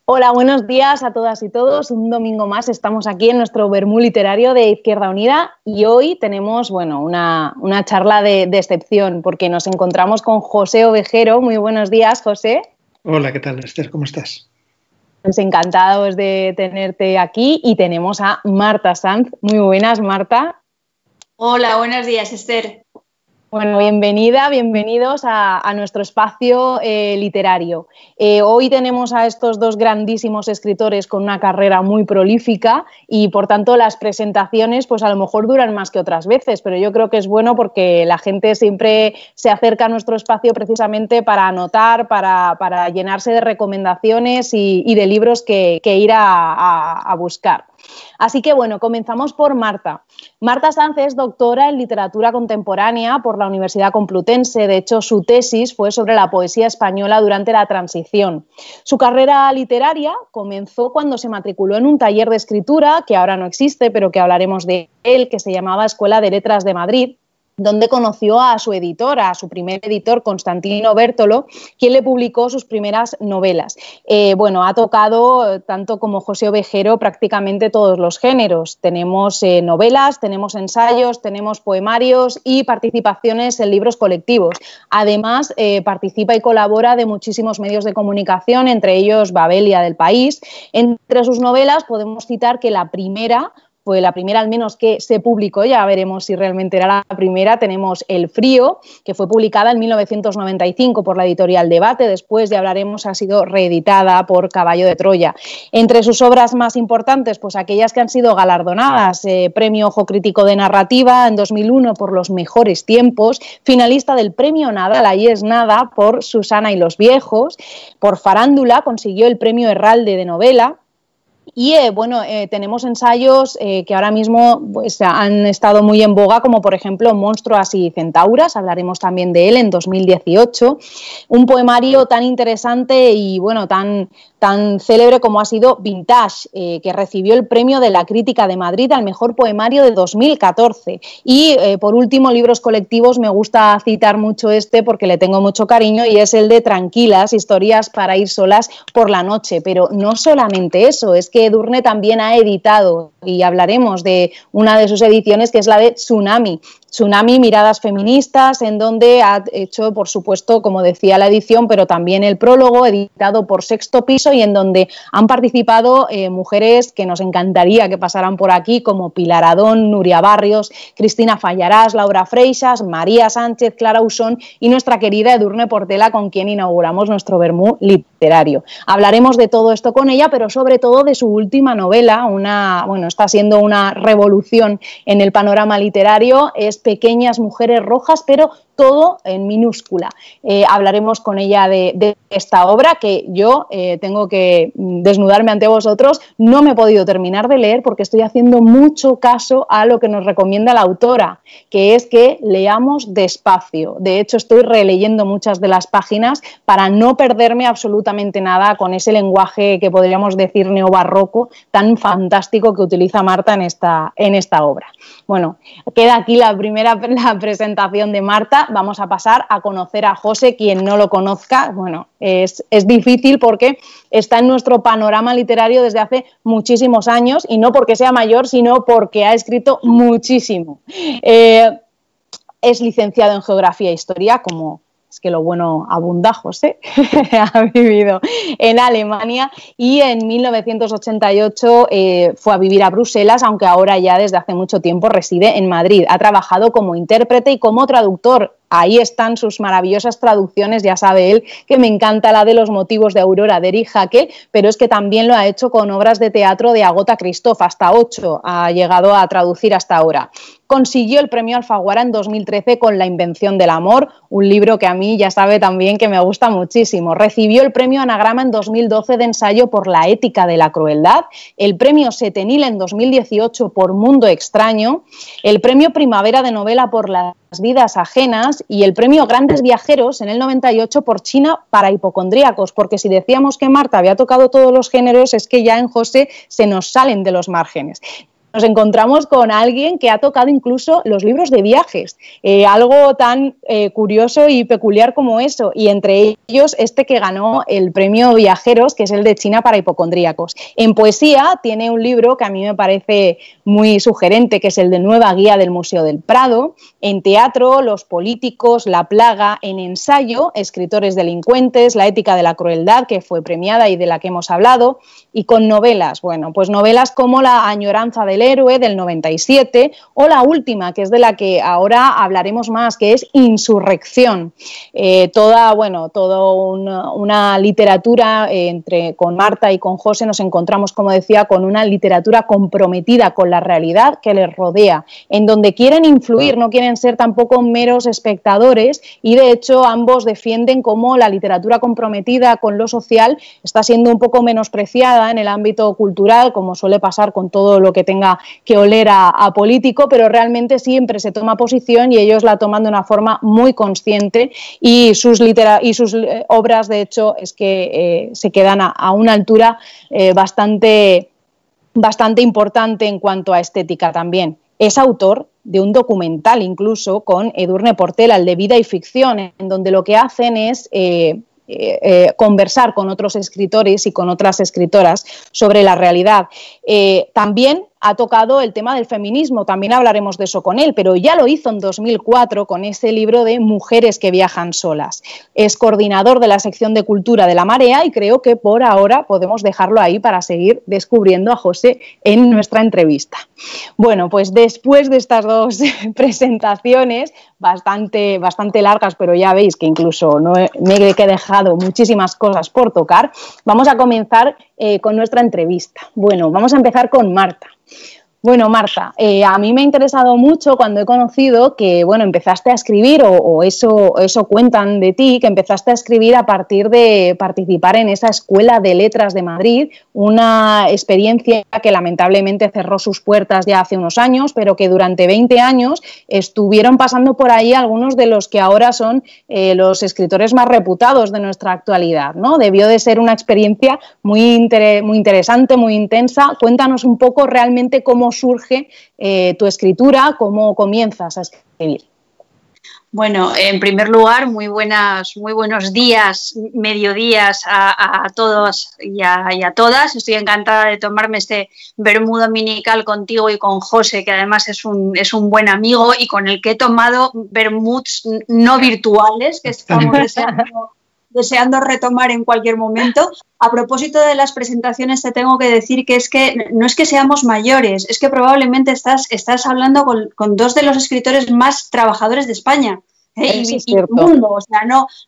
Hola, buenos días a todas y todos. Un domingo más estamos aquí en nuestro Vermú literario de Izquierda Unida y hoy tenemos, una charla de excepción porque nos encontramos con José Ovejero. Muy buenos días, José. Hola, ¿qué tal, Esther? ¿Cómo estás? Pues encantados de tenerte aquí y tenemos a Marta Sanz. Muy buenas, Marta. Hola, buenos días, Esther. Bueno, bienvenidos a nuestro espacio literario. Hoy tenemos a estos dos grandísimos escritores con una carrera muy prolífica y por tanto las presentaciones pues a lo mejor duran más que otras veces, pero yo creo que es bueno porque la gente siempre se acerca a nuestro espacio precisamente para anotar, para llenarse de recomendaciones y de libros que ir a buscar. Así que bueno, comenzamos por Marta. Marta Sanz es doctora en literatura contemporánea por la Universidad Complutense. De hecho, su tesis fue sobre la poesía española durante la Transición. Su carrera literaria comenzó cuando se matriculó en un taller de escritura, que ahora no existe, pero que hablaremos de él, que se llamaba Escuela de Letras de Madrid, donde conoció a su editor, a su primer editor, Constantino Bértolo, quien le publicó sus primeras novelas. Ha tocado, tanto como José Ovejero, prácticamente todos los géneros. Tenemos novelas, tenemos ensayos, tenemos poemarios y participaciones en libros colectivos. Además, participa y colabora de muchísimos medios de comunicación, entre ellos Babelia del País. Entre sus novelas podemos citar que la primera al menos que se publicó, ya veremos si realmente era la primera, tenemos El Frío, que fue publicada en 1995 por la editorial Debate, después ya hablaremos, ha sido reeditada por Caballo de Troya. Entre sus obras más importantes, pues aquellas que han sido galardonadas, Premio Ojo Crítico de Narrativa en 2001 por Los Mejores Tiempos, finalista del Premio Nadal, Ahí es nada, por Susana y los Viejos, por Farándula consiguió el Premio Herralde de Novela. Y tenemos ensayos que ahora mismo pues, han estado muy en boga, como por ejemplo Monstruas y Centauras, hablaremos también de él en 2018, un poemario tan interesante y tan célebre como ha sido Vintage, que recibió el premio de la Crítica de Madrid al mejor poemario de 2014. Y por último, libros colectivos, me gusta citar mucho porque le tengo mucho cariño, y es el de Tranquilas, historias para ir solas por la noche. Pero no solamente eso, es que Edurne también ha editado, y hablaremos de una de sus ediciones, que es la de Tsunami, Miradas Feministas, en donde ha hecho, por supuesto, como decía la edición, pero también el prólogo, editado por Sexto Piso, y en donde han participado mujeres que nos encantaría que pasaran por aquí, como Pilar Adón, Nuria Barrios, Cristina Fallarás, Laura Freixas, María Sánchez, Clara Usón y nuestra querida Edurne Portela, con quien inauguramos nuestro Vermú literario. Hablaremos de todo esto con ella, pero sobre todo de su última novela, está siendo una revolución en el panorama literario, es Pequeñas Mujeres Rojas, pero todo en minúscula. Hablaremos con ella de esta obra que yo tengo que desnudarme ante vosotros. No me he podido terminar de leer porque estoy haciendo mucho caso a lo que nos recomienda la autora, que es que leamos despacio. De hecho, estoy releyendo muchas de las páginas para no perderme absolutamente nada con ese lenguaje que podríamos decir neobarroco tan fantástico que utiliza Marta en esta obra. Bueno, queda aquí la presentación de Marta. Vamos a pasar a conocer a José. Quien no lo conozca, es difícil porque está en nuestro panorama literario desde hace muchísimos años, y no porque sea mayor, sino porque ha escrito muchísimo. Es licenciado en Geografía e Historia, es que lo bueno abunda, José. Ha vivido en Alemania y en 1988 fue a vivir a Bruselas, aunque ahora ya desde hace mucho tiempo reside en Madrid. Ha trabajado como intérprete y como traductor. Ahí están sus maravillosas traducciones, ya sabe él que me encanta la de Los motivos de Aurora de Erich Hackel, pero es que también lo ha hecho con obras de teatro de Agota Christoph, hasta 8 ha llegado a traducir hasta ahora. Consiguió el premio Alfaguara en 2013 con La invención del amor, un libro que a mí ya sabe también que me gusta muchísimo. Recibió el premio Anagrama en 2012 de ensayo por La ética de la crueldad, el premio Setenil en 2018 por Mundo extraño, el premio Primavera de novela por Las vidas ajenas y el premio Grandes Viajeros en el 98 por China para hipocondríacos, porque si decíamos que Marta había tocado todos los géneros, es que ya en José se nos salen de los márgenes. nos encontramos con alguien que ha tocado incluso los libros de viajes, algo tan curioso y peculiar como eso, y entre ellos este que ganó el premio Viajeros, que es el de China para hipocondríacos. En poesía tiene un libro que a mí me parece muy sugerente, que es el de Nueva Guía del Museo del Prado. En teatro, Los políticos, La plaga. En ensayo, Escritores delincuentes, La ética de la crueldad, que fue premiada y de la que hemos hablado. Y con novelas, bueno, pues novelas como La añoranza del héroe, del 97, o la última, que es de la que ahora hablaremos más, que es Insurrección. Toda una literatura, con Marta y con José nos encontramos, como decía, con una literatura comprometida con la realidad que les rodea, en donde quieren influir, no quieren ser tampoco meros espectadores, y de hecho ambos defienden cómo la literatura comprometida con lo social está siendo un poco menospreciada en el ámbito cultural, como suele pasar con todo lo que tenga que oler a político, pero realmente siempre se toma posición y ellos la toman de una forma muy consciente, y sus obras, de hecho, es que se quedan a una altura bastante importante en cuanto a estética también. Es autor de un documental incluso con Edurne Portela, el de Vida y Ficción, en donde lo que hacen es conversar con otros escritores y con otras escritoras sobre la realidad. También ha tocado el tema del feminismo, también hablaremos de eso con él, pero ya lo hizo en 2004 con ese libro de Mujeres que viajan solas. Es coordinador de la sección de Cultura de La Marea y creo que por ahora podemos dejarlo ahí para seguir descubriendo a José en nuestra entrevista. Bueno, pues después de estas dos presentaciones bastante largas, pero ya veis que incluso no me he dejado muchísimas cosas por tocar, vamos a comenzar con nuestra entrevista. Bueno, vamos a empezar con Marta. Bueno, Marta, a mí me ha interesado mucho cuando he conocido que, bueno, empezaste a escribir, o eso cuentan de ti, que empezaste a escribir a partir de participar en esa Escuela de Letras de Madrid, una experiencia que lamentablemente cerró sus puertas ya hace unos años, pero que durante 20 años estuvieron pasando por ahí algunos de los que ahora son los escritores más reputados de nuestra actualidad, ¿no? Debió de ser una experiencia muy interesante, muy intensa. Cuéntanos un poco realmente cómo surge tu escritura, cómo comienzas a escribir. Bueno, en primer lugar, muy buenos días, mediodías a todos y a todas. Estoy encantada de tomarme este vermú dominical contigo y con José, que además es un buen amigo y con el que he tomado vermuts no virtuales, que estamos deseando retomar en cualquier momento. A propósito de las presentaciones, te tengo que decir que no es que seamos mayores, es que probablemente estás hablando con dos de los escritores más trabajadores de España y del mundo. O sea,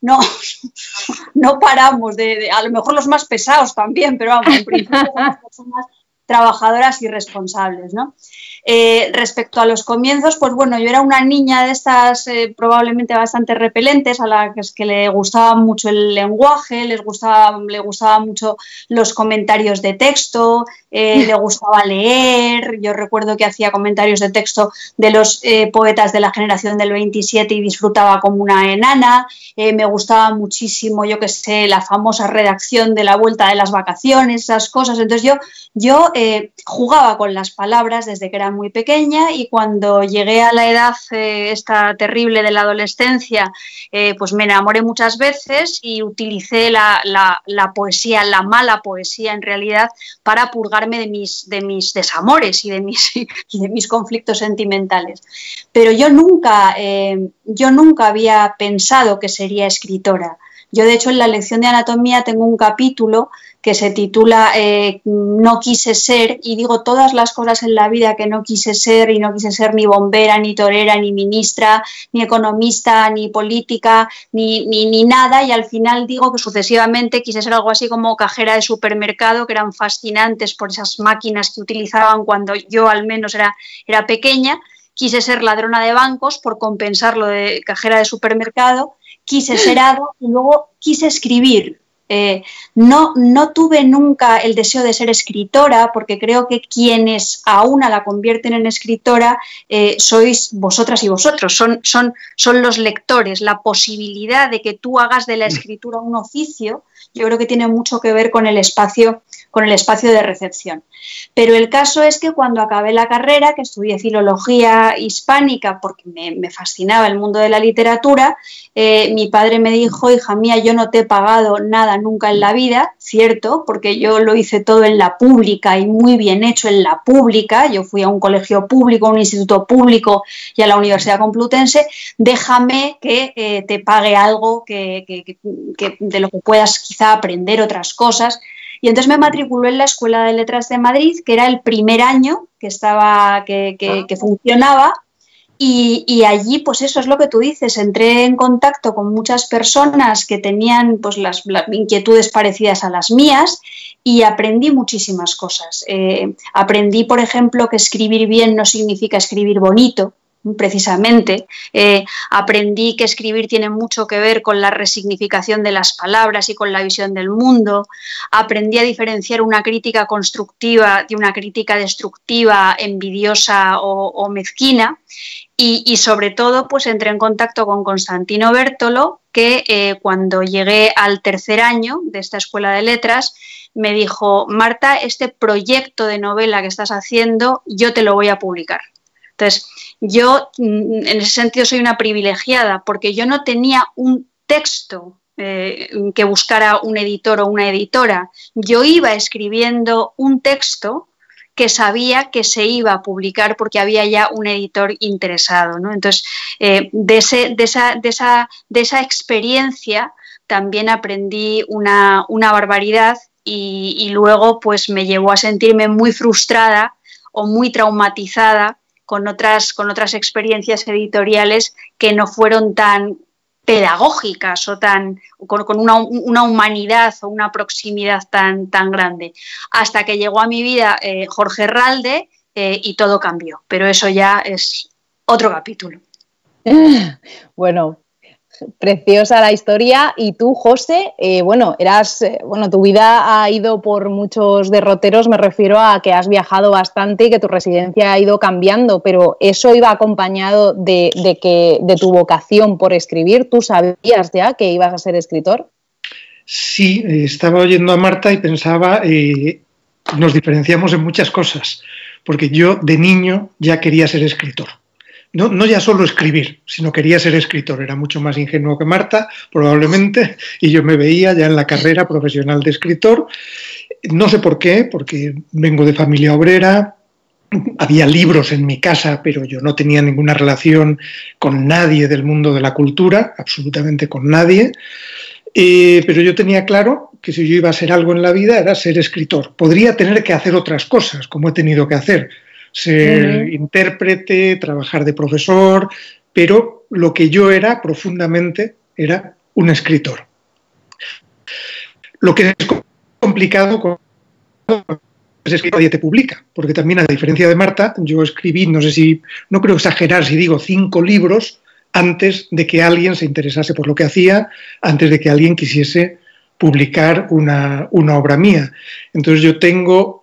no paramos a lo mejor los más pesados también, pero vamos, en principio somos personas trabajadoras y responsables, ¿no? Respecto a los comienzos, pues bueno, yo era una niña de estas probablemente bastante repelentes, a las que le gustaba mucho el lenguaje, le gustaba mucho los comentarios de texto, le gustaba leer. Yo recuerdo que hacía comentarios de texto de los poetas de la generación del 27 y disfrutaba como una enana. Me gustaba muchísimo, yo qué sé, la famosa redacción de La Vuelta de las Vacaciones, esas cosas. Entonces yo jugaba con las palabras desde que era muy pequeña, y cuando llegué a la edad esta terrible de la adolescencia, pues me enamoré muchas veces y utilicé la poesía, la mala poesía en realidad, para purgarme de mis desamores y de mis conflictos sentimentales. Pero yo nunca había pensado que sería escritora. Yo, de hecho, en la lección de anatomía tengo un capítulo que se titula No quise ser, y digo todas las cosas en la vida que no quise ser, y no quise ser ni bombera, ni torera, ni ministra, ni economista, ni política, ni nada, y al final digo que sucesivamente quise ser algo así como cajera de supermercado, que eran fascinantes por esas máquinas que utilizaban cuando yo al menos era pequeña. Quise ser ladrona de bancos por compensar lo de cajera de supermercado. Quise ser hada y luego quise escribir. No tuve nunca el deseo de ser escritora, porque creo que quienes a una la convierten en escritora sois vosotras y vosotros, son los lectores. La posibilidad de que tú hagas de la escritura un oficio, yo creo que tiene mucho que ver con el espacio el espacio de recepción. Pero el caso es que cuando acabé la carrera, que estudié filología hispánica porque me fascinaba el mundo de la literatura, mi padre me dijo: hija mía, yo no te he pagado nada nunca en la vida, cierto, porque yo lo hice todo en la pública y muy bien hecho en la pública. Yo fui a un colegio público, a un instituto público y a la Universidad Complutense. Déjame que te pague algo que de lo que puedas quizá aprender otras cosas. Y entonces me matriculé en la Escuela de Letras de Madrid, que era el primer año que funcionaba. Y allí, pues eso es lo que tú dices, entré en contacto con muchas personas que tenían pues las inquietudes parecidas a las mías y aprendí muchísimas cosas. Aprendí, por ejemplo, que escribir bien no significa escribir bonito, precisamente. Aprendí que escribir tiene mucho que ver con la resignificación de las palabras y con la visión del mundo. Aprendí a diferenciar una crítica constructiva de una crítica destructiva, envidiosa o mezquina. Y sobre todo, pues entré en contacto con Constantino Bértolo, que cuando llegué al tercer año de esta Escuela de Letras, me dijo: Marta, este proyecto de novela que estás haciendo, yo te lo voy a publicar. Entonces, yo en ese sentido soy una privilegiada, porque yo no tenía un texto que buscara un editor o una editora. Yo iba escribiendo un texto que sabía que se iba a publicar porque había ya un editor interesado, ¿no? Entonces, de esa experiencia también aprendí una barbaridad y luego pues me llevó a sentirme muy frustrada o muy traumatizada con otras experiencias editoriales que no fueron tan pedagógicas o con una humanidad o una proximidad tan grande. Hasta que llegó a mi vida Jorge Herralde y todo cambió. Pero eso ya es otro capítulo. Bueno, preciosa la historia. Y tú, José, tu vida ha ido por muchos derroteros. Me refiero a que has viajado bastante y que tu residencia ha ido cambiando, pero eso iba acompañado de tu vocación por escribir. ¿Tú sabías ya que ibas a ser escritor? Sí, estaba oyendo a Marta y pensaba, nos diferenciamos en muchas cosas, porque yo de niño ya quería ser escritor. No ya solo escribir, sino quería ser escritor. Era mucho más ingenuo que Marta, probablemente, y yo me veía ya en la carrera profesional de escritor. No sé por qué, porque vengo de familia obrera, había libros en mi casa, pero yo no tenía ninguna relación con nadie del mundo de la cultura, absolutamente con nadie. Pero yo tenía claro que si yo iba a ser algo en la vida era ser escritor. Podría tener que hacer otras cosas, como he tenido que hacer. Ser intérprete, trabajar de profesor, pero lo que yo era profundamente era un escritor. Lo que es complicado es que nadie te publica, porque también, a diferencia de Marta, yo escribí, no creo exagerar si digo 5 libros antes de que alguien se interesase por lo que hacía, antes de que alguien quisiese publicar una obra mía. Entonces yo tengo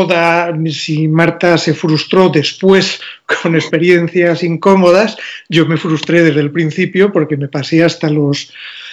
si Marta se frustró después con experiencias incómodas, yo me frustré desde el principio porque me pasé hasta los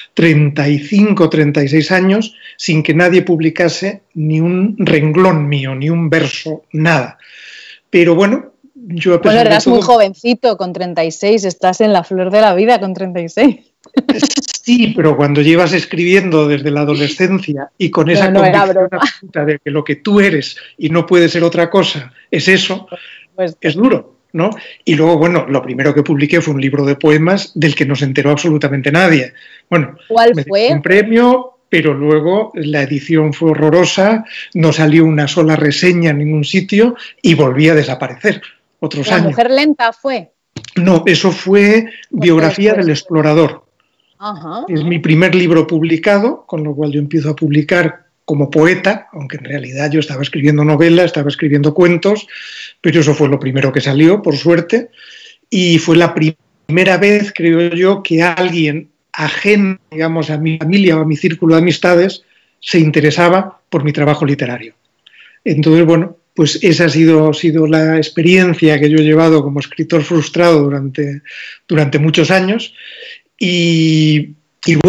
35, 36 años sin que nadie publicase ni un renglón mío, ni un verso, nada. Pero bueno, yo a pesar de todo... eras muy jovencito con 36, estás en la flor de la vida con 36. Sí, pero cuando llevas escribiendo desde la adolescencia y con esa convicción absoluta de que lo que tú eres y no puede ser otra cosa es eso, pues es duro, ¿no? Y luego, bueno, lo primero que publiqué fue un libro de poemas del que no se enteró absolutamente nadie. Bueno, ¿cuál fue? Un premio, pero luego la edición fue horrorosa, no salió una sola reseña en ningún sitio y volví a desaparecer otros años. ¿La mujer lenta fue? No, eso fue Biografía del explorador. Ajá. Es mi primer libro publicado, con lo cual yo empiezo a publicar como poeta, aunque en realidad yo estaba escribiendo novela, estaba escribiendo cuentos, pero eso fue lo primero que salió, por suerte, y fue la primera vez, creo yo, que alguien ajeno, digamos, a mi familia o a mi círculo de amistades se interesaba por mi trabajo literario. Entonces, bueno, pues esa ha sido la experiencia que yo he llevado como escritor frustrado durante muchos años. Y bueno,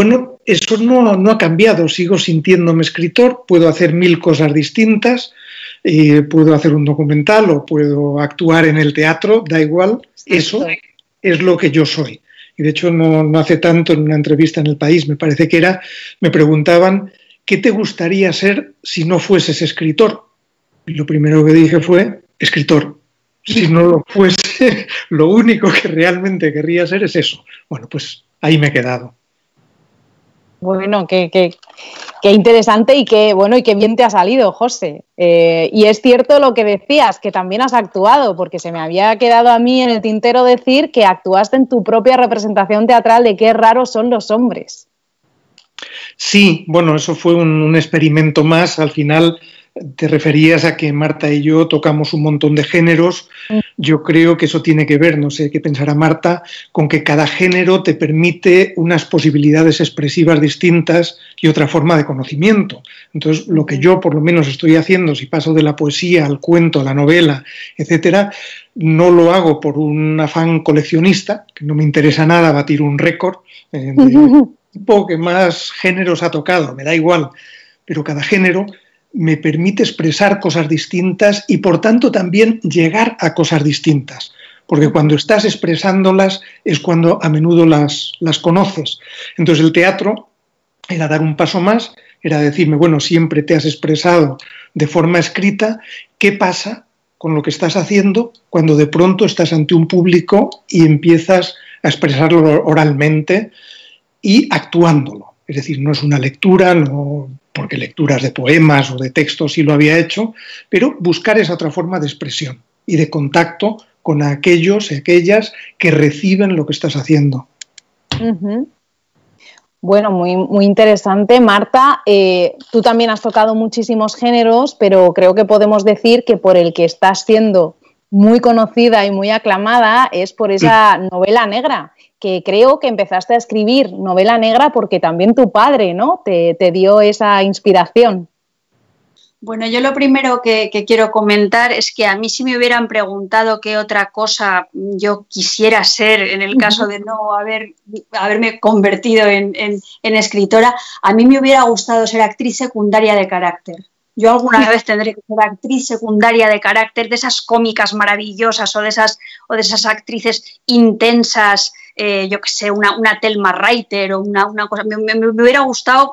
eso no ha cambiado, sigo sintiéndome escritor, puedo hacer 1000 cosas distintas, puedo hacer un documental o puedo actuar en el teatro, da igual, eso es lo que yo soy. Y de hecho no hace tanto, en una entrevista en El País, me parece que era, me preguntaban, ¿qué te gustaría ser si no fueses escritor? Y lo primero que dije fue, escritor. Si no lo fuese, lo único que realmente querría ser es eso. Bueno, pues ahí me he quedado. Bueno, qué interesante y qué bien te ha salido, José. Y es cierto lo que decías, que también has actuado, porque se me había quedado a mí en el tintero decir que actuaste en tu propia representación teatral de Qué raros son los hombres. Sí, bueno, eso fue un experimento más. Al final te referías a que Marta y yo tocamos un montón de géneros. Yo creo que eso tiene que ver, no sé qué pensará Marta, con que cada género te permite unas posibilidades expresivas distintas y otra forma de conocimiento. Entonces, lo que yo por lo menos estoy haciendo, si paso de la poesía al cuento, a la novela, etcétera, no lo hago por un afán coleccionista, que no me interesa nada batir un récord de tipo que más géneros ha tocado, me da igual, pero cada género me permite expresar cosas distintas y por tanto también llegar a cosas distintas, porque cuando estás expresándolas es cuando a menudo las conoces. Entonces el teatro era dar un paso más, era decirme, bueno, siempre te has expresado de forma escrita, ¿qué pasa con lo que estás haciendo cuando de pronto estás ante un público y empiezas a expresarlo oralmente y actuándolo? Es decir, no es una lectura, no, porque lecturas de poemas o de textos sí lo había hecho, pero buscar esa otra forma de expresión y de contacto con aquellos y aquellas que reciben lo que estás haciendo. Bueno, muy interesante. Marta, tú también has tocado muchísimos géneros, pero creo que podemos decir que por el que estás siendo muy conocida y muy aclamada es por esa novela negra, que creo que empezaste a escribir novela negra porque también tu padre, ¿no?, te dio esa inspiración. Bueno, yo lo primero que quiero comentar es que a mí si me hubieran preguntado qué otra cosa yo quisiera ser en el caso de no haberme convertido en escritora, a mí me hubiera gustado ser actriz secundaria de carácter. Yo alguna vez tendré que ser actriz secundaria de carácter, de esas cómicas maravillosas o de esas actrices intensas, yo qué sé, una Thelma Reiter o una cosa. Me hubiera gustado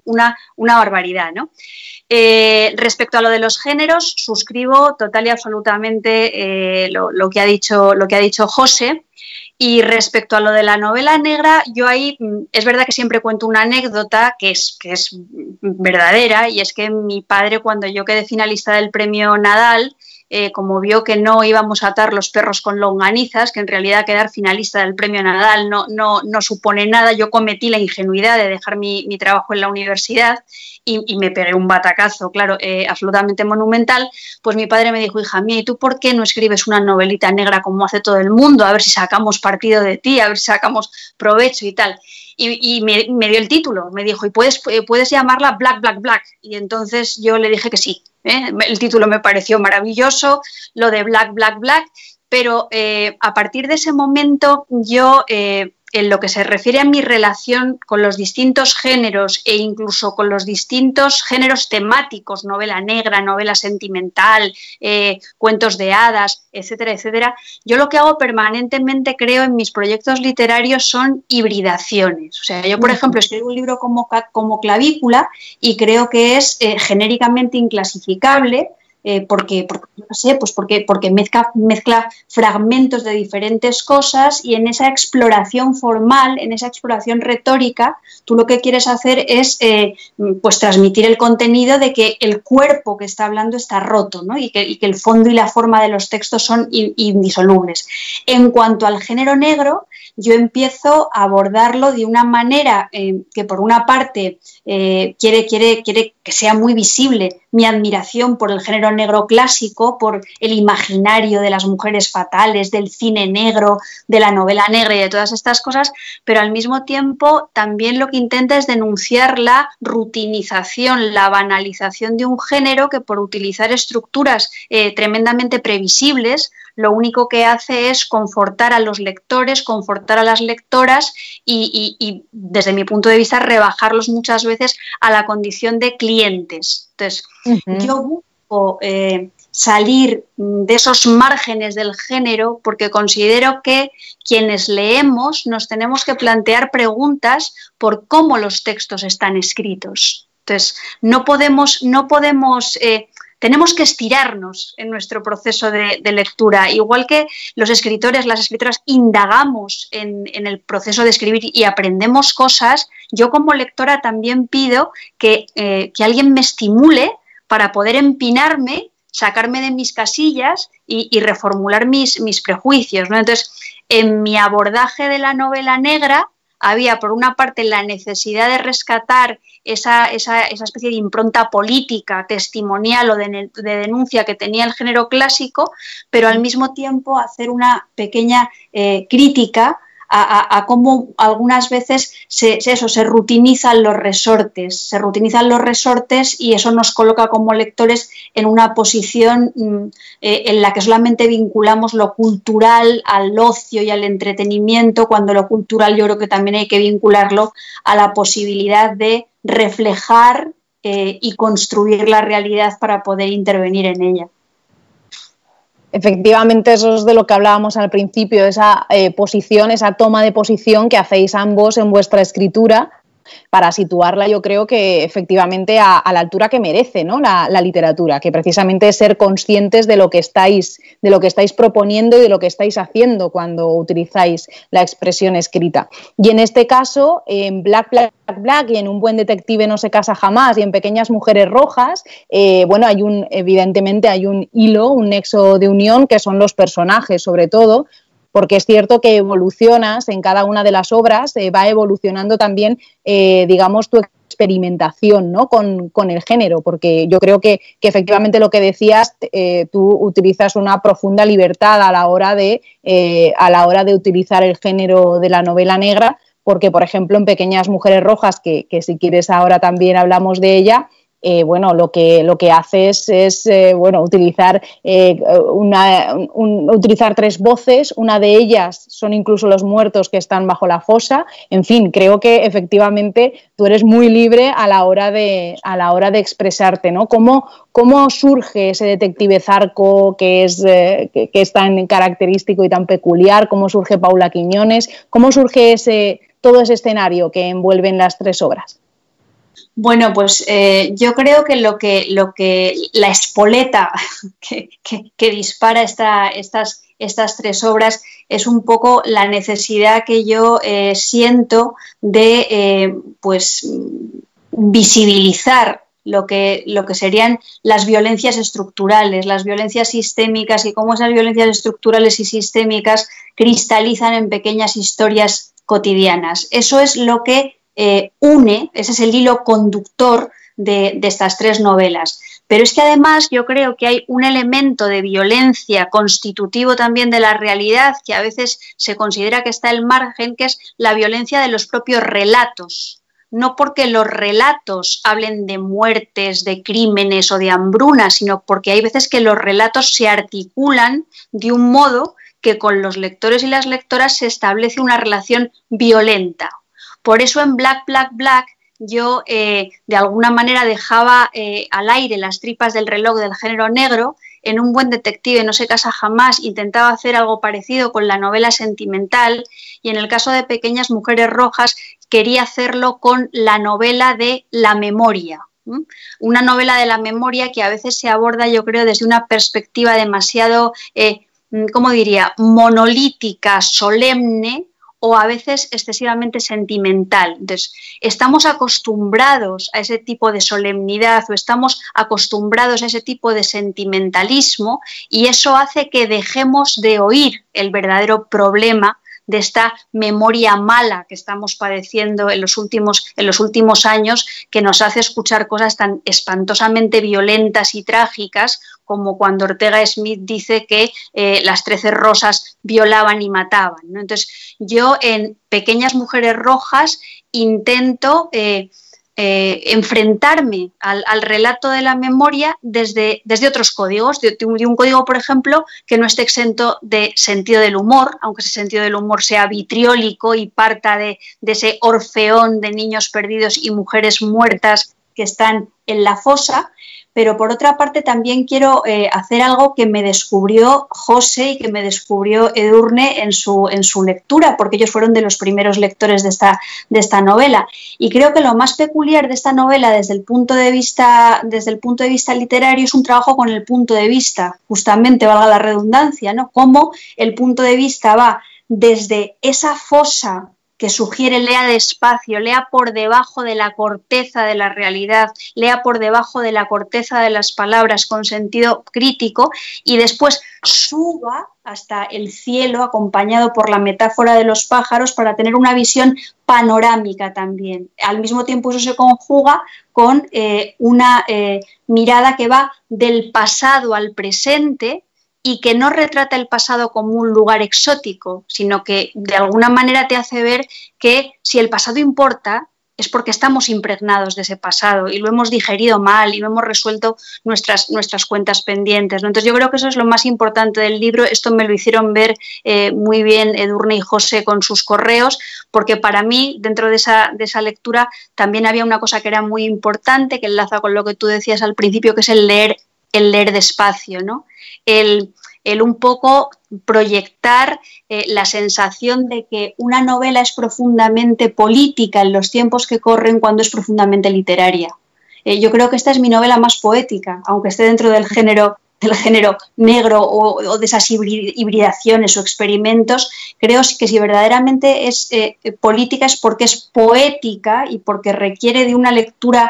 una barbaridad, ¿no? Respecto a lo de los géneros, suscribo total y absolutamente lo que ha dicho José. Y respecto a lo de la novela negra, yo ahí es verdad que siempre cuento una anécdota que es verdadera, y es que mi padre, cuando yo quedé finalista del premio Nadal, como vio que no íbamos a atar los perros con longanizas, que en realidad quedar finalista del premio Nadal no supone nada, yo cometí la ingenuidad de dejar mi trabajo en la universidad y me pegué un batacazo, claro, absolutamente monumental. Pues mi padre me dijo, hija mía, ¿y tú por qué no escribes una novelita negra como hace todo el mundo? A ver si sacamos partido de ti, a ver si sacamos provecho y tal. Y me dio el título, me dijo, y puedes llamarla Black, Black, Black. Y entonces yo le dije que sí. El título me pareció maravilloso, lo de Black, Black, Black, pero a partir de ese momento yo, en lo que se refiere a mi relación con los distintos géneros e incluso con los distintos géneros temáticos, novela negra, novela sentimental, cuentos de hadas, etcétera, etcétera, yo lo que hago permanentemente, creo, en mis proyectos literarios son hibridaciones. O sea, yo, por ejemplo, escribo un libro como Clavícula y creo que es genéricamente inclasificable, porque mezcla fragmentos de diferentes cosas, y en esa exploración formal, en esa exploración retórica, tú lo que quieres hacer es pues transmitir el contenido de que el cuerpo que está hablando está roto, ¿no? y que el fondo y la forma de los textos son indisolubles. En cuanto al género negro, yo empiezo a abordarlo de una manera que, por una parte, quiere que sea muy visible mi admiración por el género negro clásico, por el imaginario de las mujeres fatales, del cine negro, de la novela negra y de todas estas cosas, pero al mismo tiempo también lo que intenta es denunciar la rutinización, la banalización de un género que, por utilizar estructuras tremendamente previsibles, lo único que hace es confortar a los lectores, confortar a las lectoras y desde mi punto de vista, rebajarlos muchas veces a la condición de clientes. Entonces, yo busco salir de esos márgenes del género porque considero que quienes leemos nos tenemos que plantear preguntas por cómo los textos están escritos. Entonces, tenemos que estirarnos en nuestro proceso de lectura, igual que los escritores, las escritoras indagamos en el proceso de escribir y aprendemos cosas. Yo como lectora también pido que alguien me estimule para poder empinarme, sacarme de mis casillas y reformular mis prejuicios, ¿no? Entonces, en mi abordaje de la novela negra había, por una parte, la necesidad de rescatar esa especie de impronta política, testimonial o de denuncia que tenía el género clásico, pero al mismo tiempo hacer una pequeña crítica a cómo algunas veces se rutinizan los resortes, y eso nos coloca como lectores en una posición en la que solamente vinculamos lo cultural al ocio y al entretenimiento, cuando lo cultural yo creo que también hay que vincularlo a la posibilidad de reflejar y construir la realidad para poder intervenir en ella. Efectivamente, eso es de lo que hablábamos al principio, esa posición, esa toma de posición que hacéis ambos en vuestra escritura para situarla, yo creo que efectivamente a la altura que merece, ¿no? la literatura, que precisamente es ser conscientes de lo que estáis proponiendo y de lo que estáis haciendo cuando utilizáis la expresión escrita. Y en este caso, en Black, Black, Black y en Un buen detective no se casa jamás y en Pequeñas mujeres rojas, evidentemente hay un hilo, un nexo de unión que son los personajes, sobre todo, porque es cierto que evolucionas en cada una de las obras, va evolucionando también, digamos, tu experimentación, ¿no? con el género, porque yo creo que efectivamente lo que decías, tú utilizas una profunda libertad a la hora de utilizar el género de la novela negra, porque, por ejemplo, en Pequeñas mujeres rojas, que si quieres ahora también hablamos de ella, lo que haces es utilizar utilizar tres voces, una de ellas son incluso los muertos que están bajo la fosa. En fin, creo que efectivamente tú eres muy libre a la hora de expresarte, ¿no? ¿Cómo surge ese detective Zarco que es tan característico y tan peculiar? ¿Cómo surge Paula Quiñones? ¿Cómo surge todo ese escenario que envuelven las tres obras? Bueno, pues yo creo que lo que la espoleta que dispara estas tres obras es un poco la necesidad que yo siento de visibilizar lo que serían las violencias estructurales, las violencias sistémicas y cómo esas violencias estructurales y sistémicas cristalizan en pequeñas historias cotidianas. Eso es lo que ese es el hilo conductor de estas tres novelas. Pero es que además yo creo que hay un elemento de violencia constitutivo también de la realidad que a veces se considera que está al margen, que es la violencia de los propios relatos. No porque los relatos hablen de muertes, de crímenes o de hambrunas, sino porque hay veces que los relatos se articulan de un modo que con los lectores y las lectoras se establece una relación violenta. Por eso en Black, Black, Black yo de alguna manera dejaba al aire las tripas del reloj del género negro. En Un buen detective no se casa jamás intentaba hacer algo parecido con la novela sentimental y en el caso de Pequeñas mujeres rojas quería hacerlo con la novela de la memoria. Una novela de la memoria que a veces se aborda, yo creo, desde una perspectiva demasiado, ¿cómo diría?, monolítica, solemne, o a veces excesivamente sentimental. Entonces, estamos acostumbrados a ese tipo de solemnidad o estamos acostumbrados a ese tipo de sentimentalismo y eso hace que dejemos de oír el verdadero problema de esta memoria mala que estamos padeciendo en los últimos años, que nos hace escuchar cosas tan espantosamente violentas y trágicas como cuando Ortega Smith dice que las 13 rosas violaban y mataban, ¿no? Entonces, yo en Pequeñas mujeres rojas intento enfrentarme al relato de la memoria desde otros códigos, de un código, por ejemplo, que no esté exento de sentido del humor, aunque ese sentido del humor sea vitriólico y parta de ese orfeón de niños perdidos y mujeres muertas que están en la fosa. Pero por otra parte también quiero hacer algo que me descubrió José y que me descubrió Edurne en su lectura, porque ellos fueron de los primeros lectores de esta novela. Y creo que lo más peculiar de esta novela desde el punto de vista literario es un trabajo con el punto de vista, justamente, valga la redundancia, ¿no? Cómo el punto de vista va desde esa fosa que sugiere lea despacio, lea por debajo de la corteza de la realidad, lea por debajo de la corteza de las palabras con sentido crítico y después suba hasta el cielo acompañado por la metáfora de los pájaros para tener una visión panorámica también. Al mismo tiempo eso se conjuga con una mirada que va del pasado al presente y que no retrata el pasado como un lugar exótico, sino que de alguna manera te hace ver que si el pasado importa es porque estamos impregnados de ese pasado y lo hemos digerido mal y no hemos resuelto nuestras cuentas pendientes, ¿no? Entonces yo creo que eso es lo más importante del libro. Esto me lo hicieron ver muy bien Edurne y José con sus correos, porque para mí dentro de esa lectura también había una cosa que era muy importante, que enlaza con lo que tú decías al principio, que es el leer despacio, ¿no? El un poco proyectar la sensación de que una novela es profundamente política en los tiempos que corren cuando es profundamente literaria. Yo creo que esta es mi novela más poética, aunque esté dentro del género negro o de esas hibridaciones o experimentos. Creo que si verdaderamente es política es porque es poética y porque requiere de una lectura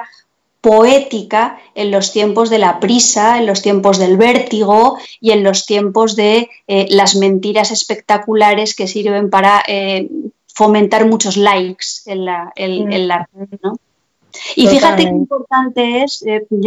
poética en los tiempos de la prisa, en los tiempos del vértigo y en los tiempos de las mentiras espectaculares que sirven para fomentar muchos likes en la red, ¿no? Y fíjate qué importante es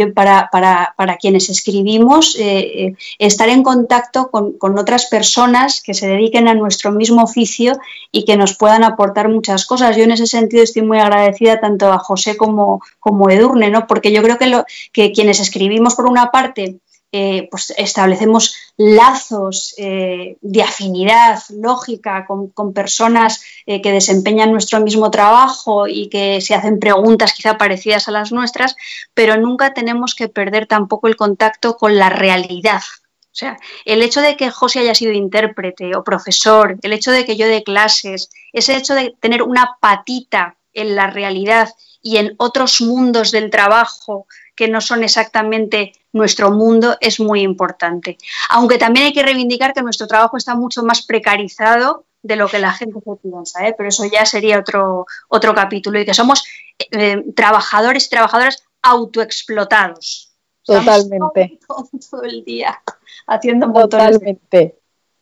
para quienes escribimos estar en contacto con otras personas que se dediquen a nuestro mismo oficio y que nos puedan aportar muchas cosas. Yo en ese sentido estoy muy agradecida tanto a José como Edurne, ¿no? Porque yo creo que quienes escribimos por una parte pues establecemos lazos de afinidad lógica con personas que desempeñan nuestro mismo trabajo y que se hacen preguntas quizá parecidas a las nuestras, pero nunca tenemos que perder tampoco el contacto con la realidad. O sea, el hecho de que José haya sido intérprete o profesor, el hecho de que yo dé clases, ese hecho de tener una patita en la realidad y en otros mundos del trabajo que no son exactamente nuestro mundo es muy importante. Aunque también hay que reivindicar que nuestro trabajo está mucho más precarizado de lo que la gente se piensa, pero eso ya sería otro capítulo, y que somos trabajadores y trabajadoras autoexplotados. Totalmente. Todo el día haciendo montones. Totalmente.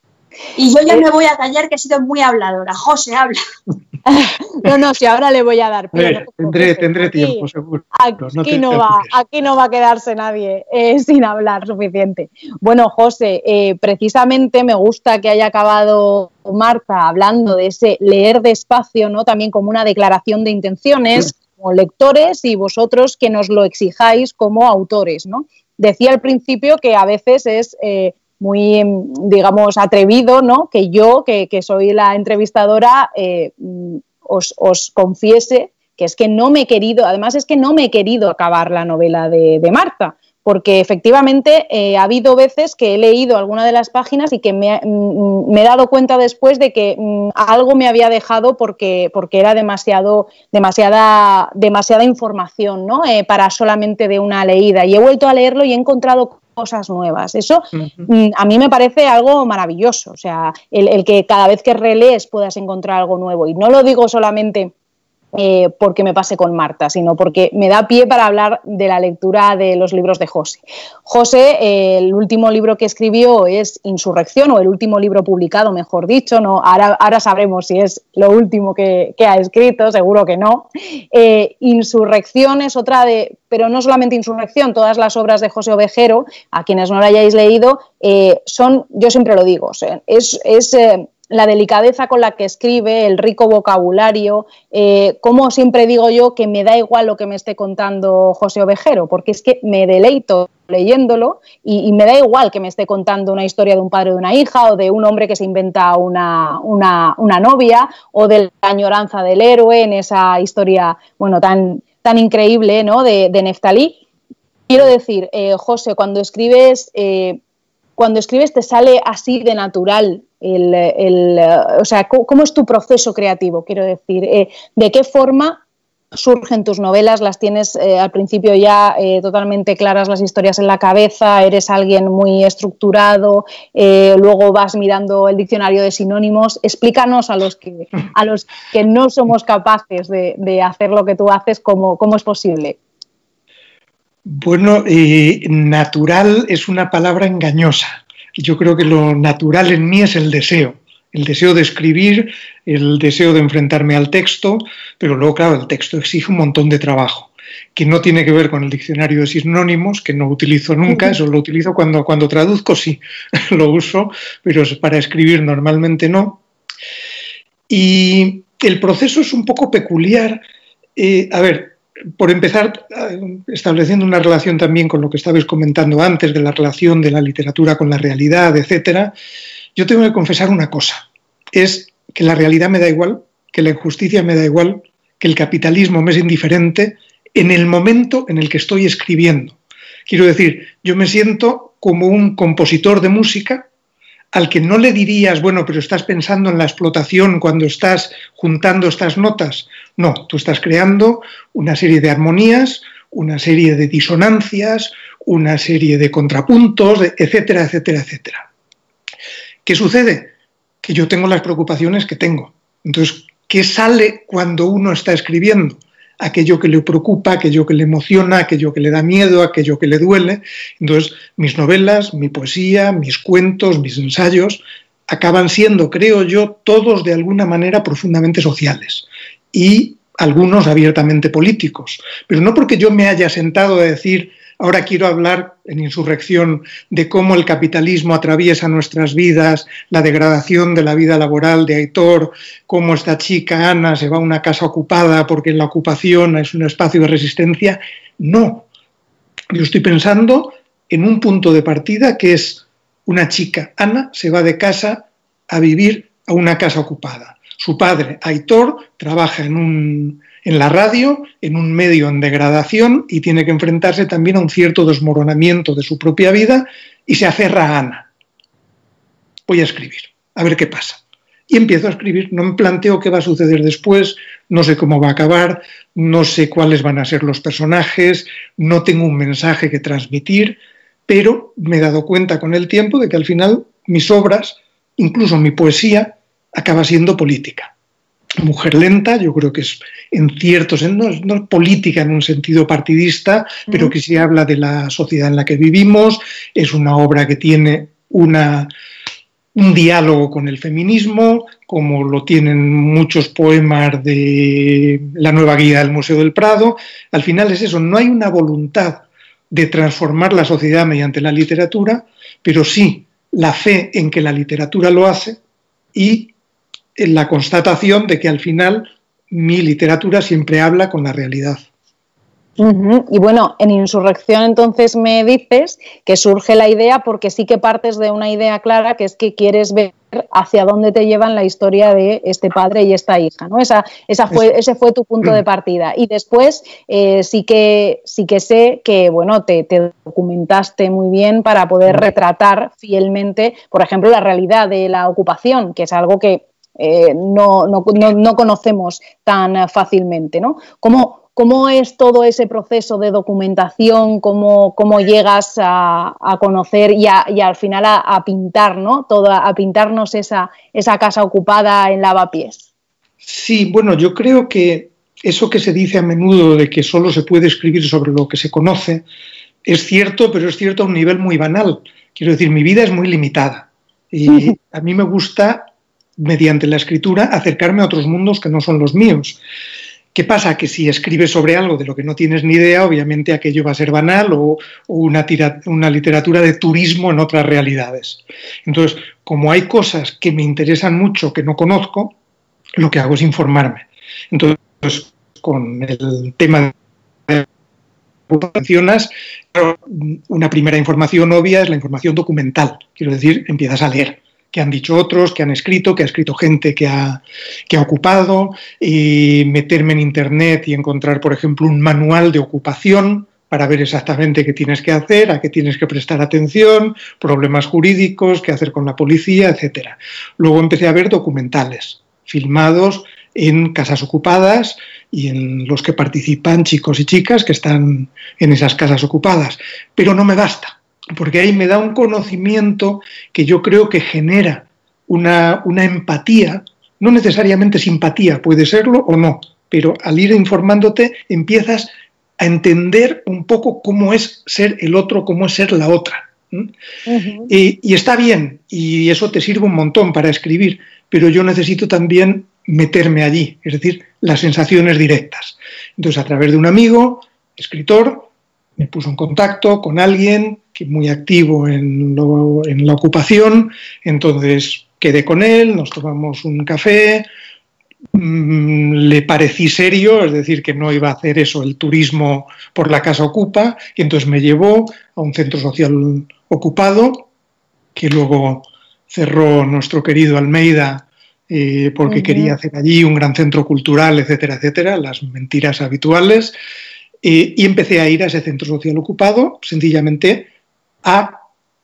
Y yo ya me voy a callar, que he sido muy habladora. José, habla. No, si ahora le voy a dar pie. Tendré tiempo, seguro. Aquí no va a quedarse nadie sin hablar suficiente. Bueno, José, precisamente me gusta que haya acabado Marta hablando de ese leer despacio, ¿no? También como una declaración de intenciones, como lectores, y vosotros que nos lo exijáis como autores, ¿no? Decía al principio que a veces es muy, digamos, atrevido, ¿no? Que yo, que soy la entrevistadora, os confiese que es que no me he querido, además es que no me he querido acabar la novela de Marta, porque efectivamente ha habido veces que he leído alguna de las páginas y que me he dado cuenta después de que algo me había dejado porque era demasiada información, ¿no? Para solamente de una leída, y he vuelto a leerlo y he encontrado cosas nuevas. Eso a mí me parece algo maravilloso, o sea, el que cada vez que relees puedas encontrar algo nuevo, y no lo digo solamente porque me pase con Marta, sino porque me da pie para hablar de la lectura de los libros de José. José, el último libro que escribió es Insurrección, o el último libro publicado, mejor dicho, ¿no? Ahora sabremos si es lo último que ha escrito, seguro que no. Insurrección es otra pero no solamente Insurrección, todas las obras de José Ovejero, a quienes no lo hayáis leído, son, yo siempre lo digo, es la delicadeza con la que escribe, el rico vocabulario, como siempre digo yo que me da igual lo que me esté contando José Ovejero, porque es que me deleito leyéndolo y me da igual que me esté contando una historia de un padre o de una hija, o de un hombre que se inventa una novia, o de la añoranza del héroe en esa historia, bueno, tan increíble, ¿no?, de Neftalí. Quiero decir, José, cuando escribes te sale así de natural o sea, ¿cómo es tu proceso creativo? Quiero decir, ¿de qué forma surgen tus novelas? ¿Las tienes al principio ya totalmente claras las historias en la cabeza? ¿Eres alguien muy estructurado? Luego vas mirando el diccionario de sinónimos. Explícanos a los que no somos capaces de hacer lo que tú haces, ¿cómo es posible? Bueno, natural es una palabra engañosa. Yo creo que lo natural en mí es el deseo de escribir, el deseo de enfrentarme al texto, pero luego, claro, el texto exige un montón de trabajo, que no tiene que ver con el diccionario de sinónimos, que no utilizo nunca, eso lo utilizo cuando traduzco, sí, lo uso, pero para escribir normalmente no. Y el proceso es un poco peculiar. A ver, por empezar, estableciendo una relación también con lo que estabais comentando antes, de la relación de la literatura con la realidad, etcétera, yo tengo que confesar una cosa, es que la realidad me da igual, que la injusticia me da igual, que el capitalismo me es indiferente en el momento en el que estoy escribiendo. Quiero decir, yo me siento como un compositor de música al que no le dirías, bueno, pero estás pensando en la explotación cuando estás juntando estas notas. No, tú estás creando una serie de armonías, una serie de disonancias, una serie de contrapuntos, etcétera, etcétera, etcétera. ¿Qué sucede? Que yo tengo las preocupaciones que tengo. Entonces, ¿qué sale cuando uno está escribiendo? Aquello que le preocupa, aquello que le emociona, aquello que le da miedo, aquello que le duele. Entonces, mis novelas, mi poesía, mis cuentos, mis ensayos, acaban siendo, creo yo, todos de alguna manera profundamente sociales y algunos abiertamente políticos. Pero no porque yo me haya sentado a decir, ahora quiero hablar en Insurrección de cómo el capitalismo atraviesa nuestras vidas, la degradación de la vida laboral de Aitor, cómo esta chica Ana se va a una casa ocupada porque la ocupación es un espacio de resistencia. No, yo estoy pensando en un punto de partida que es una chica, Ana, se va de casa a vivir a una casa ocupada. Su padre, Aitor, trabaja en la radio, en un medio en degradación y tiene que enfrentarse también a un cierto desmoronamiento de su propia vida y se aferra a Ana. Voy a escribir, a ver qué pasa. Y empiezo a escribir, no me planteo qué va a suceder después, no sé cómo va a acabar, no sé cuáles van a ser los personajes, no tengo un mensaje que transmitir, pero me he dado cuenta con el tiempo de que al final mis obras, incluso mi poesía, acaba siendo política. Mujer lenta, yo creo que es en cierto sentido, no es política en un sentido partidista, pero que sí habla de la sociedad en la que vivimos, es una obra que tiene un diálogo con el feminismo, como lo tienen muchos poemas de la nueva guía del Museo del Prado. Al final es eso, no hay una voluntad de transformar la sociedad mediante la literatura, pero sí la fe en que la literatura lo hace y en la constatación de que al final mi literatura siempre habla con la realidad. Y bueno, en Insurrección entonces me dices que surge la idea porque sí que partes de una idea clara, que es que quieres ver hacia dónde te llevan la historia de este padre y esta hija, ¿no? Ese fue tu punto de partida. Y después sí que sé que, bueno, te documentaste muy bien para poder retratar fielmente, por ejemplo, la realidad de la ocupación, que es algo que no conocemos tan fácilmente, ¿no? ¿Cómo es todo ese proceso de documentación? ¿Cómo llegas a conocer y al final a pintar, ¿no? A pintarnos esa casa ocupada en Lavapiés? Sí, bueno, yo creo que eso que se dice a menudo de que solo se puede escribir sobre lo que se conoce es cierto, pero es cierto a un nivel muy banal. Quiero decir, mi vida es muy limitada y a mí me gusta, mediante la escritura, acercarme a otros mundos que no son los míos. ¿Qué pasa? Que si escribes sobre algo de lo que no tienes ni idea, obviamente aquello va a ser banal o una literatura de turismo en otras realidades. Entonces, como hay cosas que me interesan mucho que no conozco, lo que hago es informarme. Entonces, con el tema de mencionas, una primera información obvia es la información documental. Quiero decir, empiezas a leer qué han dicho otros, qué han escrito, qué ha escrito gente que ha ocupado, y meterme en internet y encontrar, por ejemplo, un manual de ocupación para ver exactamente qué tienes que hacer, a qué tienes que prestar atención, problemas jurídicos, qué hacer con la policía, etc. Luego empecé a ver documentales filmados en casas ocupadas y en los que participan chicos y chicas que están en esas casas ocupadas. Pero no me basta, porque ahí me da un conocimiento que yo creo que genera una empatía, no necesariamente simpatía, puede serlo o no, pero al ir informándote empiezas a entender un poco cómo es ser el otro, cómo es ser la otra. Y está bien, y eso te sirve un montón para escribir, pero yo necesito también meterme allí, es decir, las sensaciones directas. Entonces, a través de un amigo, escritor, me puso en contacto con alguien que muy activo en la ocupación, entonces quedé con él, nos tomamos un café, le parecí serio, es decir, que no iba a hacer eso, el turismo por la casa ocupa, y entonces me llevó a un centro social ocupado, que luego cerró nuestro querido Almeida, porque quería hacer allí un gran centro cultural, etcétera, etcétera, las mentiras habituales, y empecé a ir a ese centro social ocupado, sencillamente a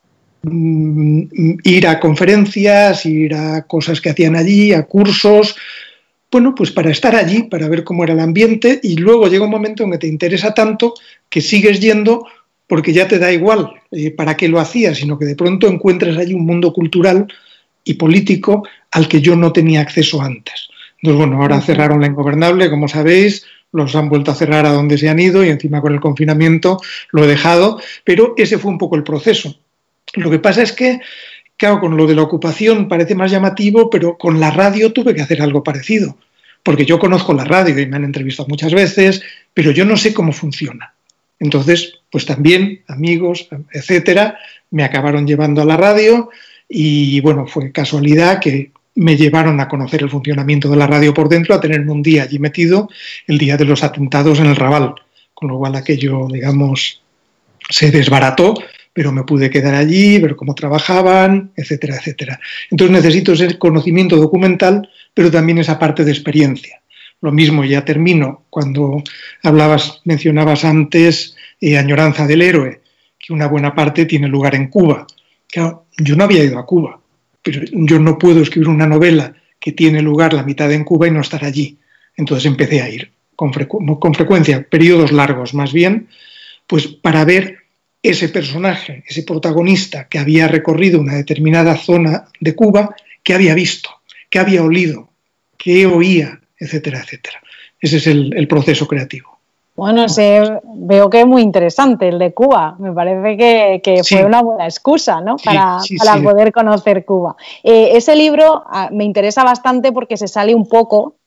ir a conferencias, ir a cosas que hacían allí, a cursos, bueno, pues para estar allí, para ver cómo era el ambiente, y luego llega un momento en que te interesa tanto que sigues yendo porque ya te da igual para qué lo hacías, sino que de pronto encuentras allí un mundo cultural y político al que yo no tenía acceso antes. Entonces, bueno, ahora cerraron La Ingobernable, como sabéis, los han vuelto a cerrar a donde se han ido y encima con el confinamiento lo he dejado, pero ese fue un poco el proceso. Lo que pasa es que, claro, con lo de la ocupación parece más llamativo, pero con la radio tuve que hacer algo parecido, porque yo conozco la radio y me han entrevistado muchas veces, pero yo no sé cómo funciona. Entonces, pues también amigos, etcétera, me acabaron llevando a la radio y, bueno, fue casualidad que me llevaron a conocer el funcionamiento de la radio por dentro, a tenerme un día allí metido, el día de los atentados en el Raval, con lo cual aquello, digamos, se desbarató, pero me pude quedar allí, ver cómo trabajaban, etcétera, etcétera. Entonces necesito ese conocimiento documental, pero también esa parte de experiencia. Lo mismo, ya termino, cuando mencionabas antes Añoranza del héroe, que una buena parte tiene lugar en Cuba. Claro, yo no había ido a Cuba, pero yo no puedo escribir una novela que tiene lugar la mitad en Cuba y no estar allí. Entonces empecé a ir con frecuencia, periodos largos más bien, pues para ver ese personaje, ese protagonista que había recorrido una determinada zona de Cuba, qué había visto, qué había olido, qué oía, etcétera, etcétera. Ese es el proceso creativo. Bueno, veo que es muy interesante el de Cuba. Me parece que fue una buena excusa, ¿no? Para poder conocer Cuba. Ese libro me interesa bastante porque se sale un poco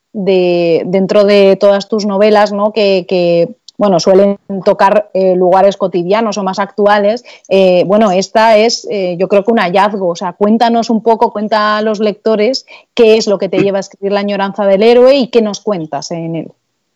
dentro de todas tus novelas, ¿no? Que bueno, suelen tocar lugares cotidianos o más actuales. Bueno, esta es, yo creo que un hallazgo. O sea, cuéntanos un poco, cuenta a los lectores qué es lo que te lleva a escribir La Añoranza del héroe y qué nos cuentas en él.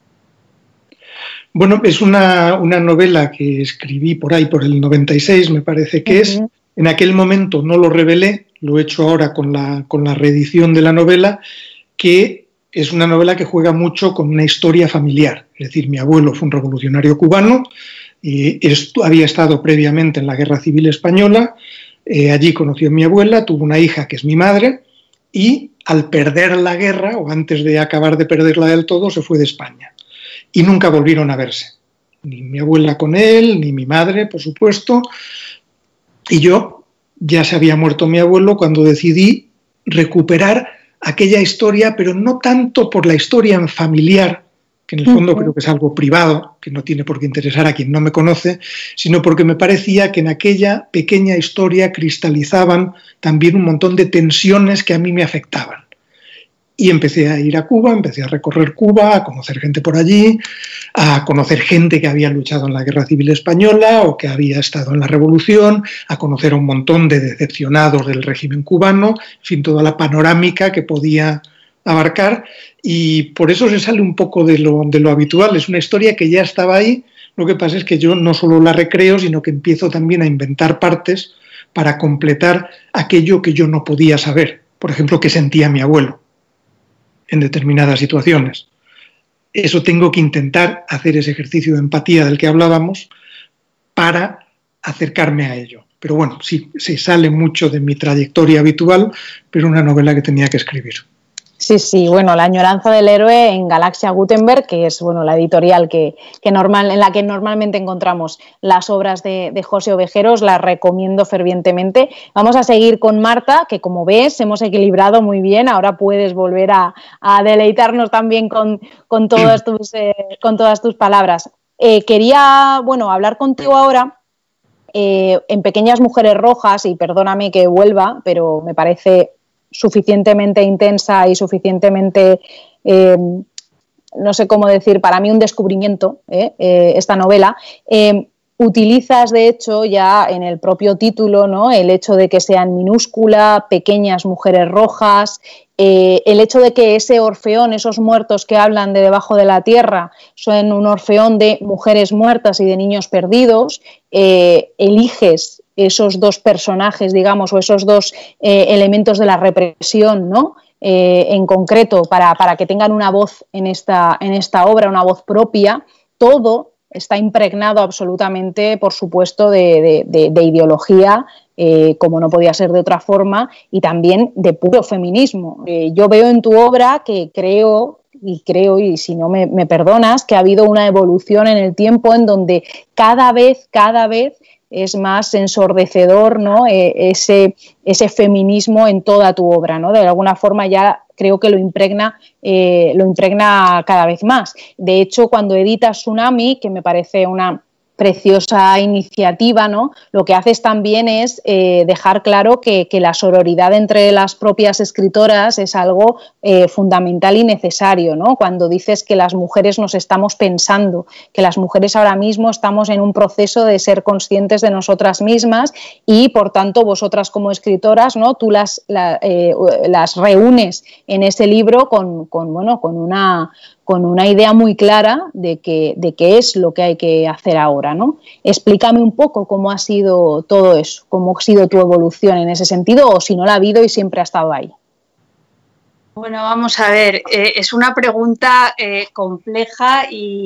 Bueno, es una novela que escribí por ahí, por el 96, me parece que es. En aquel momento no lo revelé, lo he hecho ahora con la reedición de la novela, que es una novela que juega mucho con una historia familiar. Es decir, mi abuelo fue un revolucionario cubano, había estado previamente en la Guerra Civil Española, allí conoció a mi abuela, tuvo una hija que es mi madre, y al perder la guerra, o antes de acabar de perderla del todo, se fue de España. Y nunca volvieron a verse, ni mi abuela con él, ni mi madre, por supuesto. Y yo, ya se había muerto mi abuelo cuando decidí recuperar aquella historia, pero no tanto por la historia en familiar, que en el fondo creo que es algo privado, que no tiene por qué interesar a quien no me conoce, sino porque me parecía que en aquella pequeña historia cristalizaban también un montón de tensiones que a mí me afectaban. Y empecé a ir a Cuba, empecé a recorrer Cuba, a conocer gente por allí, a conocer gente que había luchado en la Guerra Civil Española o que había estado en la Revolución, a conocer a un montón de decepcionados del régimen cubano, en fin, toda la panorámica que podía abarcar, y por eso se sale un poco de lo habitual. Es una historia que ya estaba ahí, lo que pasa es que yo no solo la recreo, sino que empiezo también a inventar partes para completar aquello que yo no podía saber. Por ejemplo, qué sentía mi abuelo en determinadas situaciones. Eso tengo que intentar hacer ese ejercicio de empatía del que hablábamos para acercarme a ello. Pero bueno, sí, se sale mucho de mi trayectoria habitual, pero una novela que tenía que escribir. Sí, sí, bueno, La añoranza del héroe en Galaxia Gutenberg, que es bueno, la editorial en la que normalmente encontramos las obras de José Ovejeros, las recomiendo fervientemente. Vamos a seguir con Marta, que como ves hemos equilibrado muy bien, ahora puedes volver a deleitarnos también con todas tus palabras. Quería, bueno, hablar contigo ahora en Pequeñas mujeres rojas, y perdóname que vuelva, pero me parece suficientemente intensa y suficientemente, no sé cómo decir, para mí un descubrimiento, esta novela. Utilizas, de hecho, ya en el propio título, ¿no?, el hecho de que sea en minúscula, Pequeñas mujeres rojas, el hecho de que ese orfeón, esos muertos que hablan de debajo de la tierra, son un orfeón de mujeres muertas y de niños perdidos. Eliges esos dos personajes, digamos, o esos dos elementos de la represión, ¿no?, en concreto, para que tengan una voz en esta obra, una voz propia. Todo está impregnado absolutamente, por supuesto, de ideología, como no podía ser de otra forma, y también de puro feminismo. Yo veo en tu obra que creo, y si no me perdonas, que ha habido una evolución en el tiempo en donde cada vez es más ensordecedor, ¿no?, ese feminismo en toda tu obra, ¿no? De alguna forma ya creo que lo impregna cada vez más. De hecho, cuando editas Tsunami, que me parece una preciosa iniciativa, ¿no?, lo que haces también es dejar claro que la sororidad entre las propias escritoras es algo fundamental y necesario, ¿no? Cuando dices que las mujeres nos estamos pensando, que las mujeres ahora mismo estamos en un proceso de ser conscientes de nosotras mismas y, por tanto, vosotras como escritoras, ¿no?, tú las reúnes en ese libro con una idea muy clara de qué es lo que hay que hacer ahora, ¿no? Explícame un poco cómo ha sido todo eso, cómo ha sido tu evolución en ese sentido, o si no la ha habido y siempre ha estado ahí. Bueno, vamos a ver, es una pregunta compleja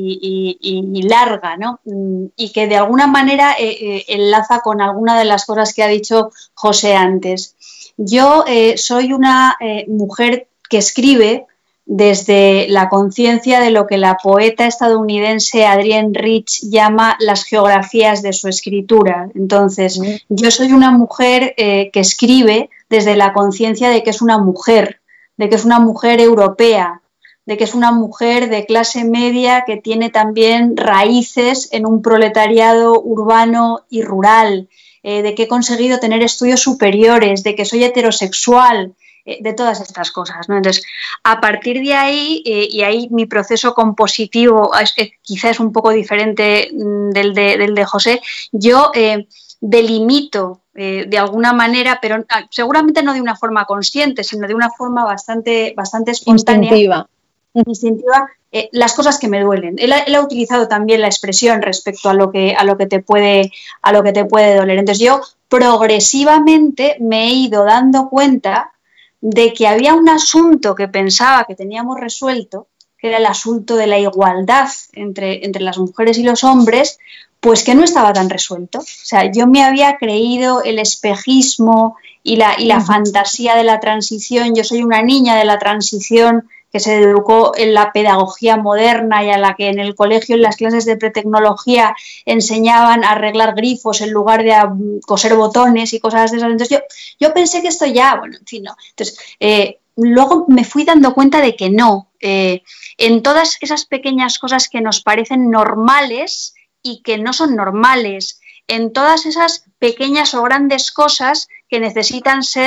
y larga, ¿no? Y que de alguna manera enlaza con alguna de las cosas que ha dicho José antes. Yo soy una mujer que escribe desde la conciencia de lo que la poeta estadounidense Adrienne Rich llama las geografías de su escritura. Entonces, yo soy una mujer que escribe desde la conciencia de que es una mujer, de que es una mujer europea, de que es una mujer de clase media que tiene también raíces en un proletariado urbano y rural, de que he conseguido tener estudios superiores, de que soy heterosexual, de todas estas cosas, ¿no? Entonces, a partir de ahí, y ahí mi proceso compositivo quizás es un poco diferente del de José, yo delimito de alguna manera, pero seguramente no de una forma consciente, sino de una forma bastante espontánea, instintiva, las cosas que me duelen. Él ha utilizado también la expresión respecto a lo que te puede doler. Entonces, yo progresivamente me he ido dando cuenta de que había un asunto que pensaba que teníamos resuelto, que era el asunto de la igualdad entre las mujeres y los hombres, pues que no estaba tan resuelto. O sea, yo me había creído el espejismo y la fantasía de la transición. Yo soy una niña de la transición que se educó en la pedagogía moderna y a la que en el colegio, en las clases de pretecnología, enseñaban a arreglar grifos en lugar de a coser botones y cosas de esas. Entonces yo pensé que esto ya, bueno, en fin, no. Entonces, luego me fui dando cuenta de que no. En todas esas pequeñas cosas que nos parecen normales y que no son normales, en todas esas pequeñas o grandes cosas que necesitan ser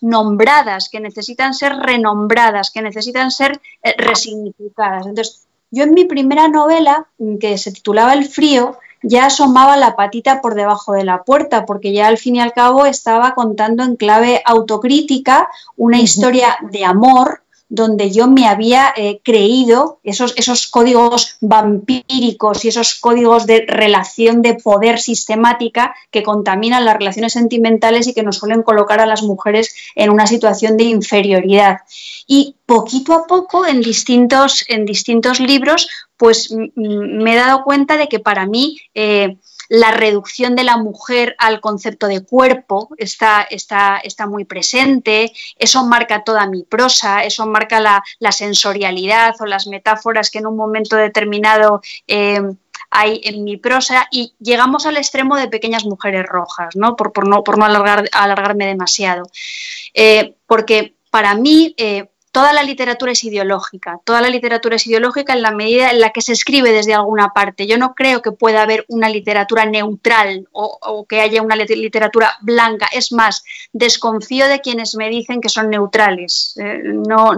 nombradas, que necesitan ser renombradas, que necesitan ser resignificadas. Entonces, yo en mi primera novela, que se titulaba El frío, ya asomaba la patita por debajo de la puerta, porque ya al fin y al cabo estaba contando en clave autocrítica una historia de amor donde yo me había creído esos códigos vampíricos y esos códigos de relación de poder sistemática que contaminan las relaciones sentimentales y que nos suelen colocar a las mujeres en una situación de inferioridad. Y poquito a poco, en distintos libros, pues me he dado cuenta de que para mí la reducción de la mujer al concepto de cuerpo está muy presente, eso marca toda mi prosa, eso marca la sensorialidad o las metáforas que en un momento determinado hay en mi prosa, y llegamos al extremo de Pequeñas mujeres rojas, ¿no? Por no alargarme demasiado. Porque para mí toda la literatura es ideológica, en la medida en la que se escribe desde alguna parte. Yo no creo que pueda haber una literatura neutral o que haya una literatura blanca. Es más, desconfío de quienes me dicen que son neutrales. No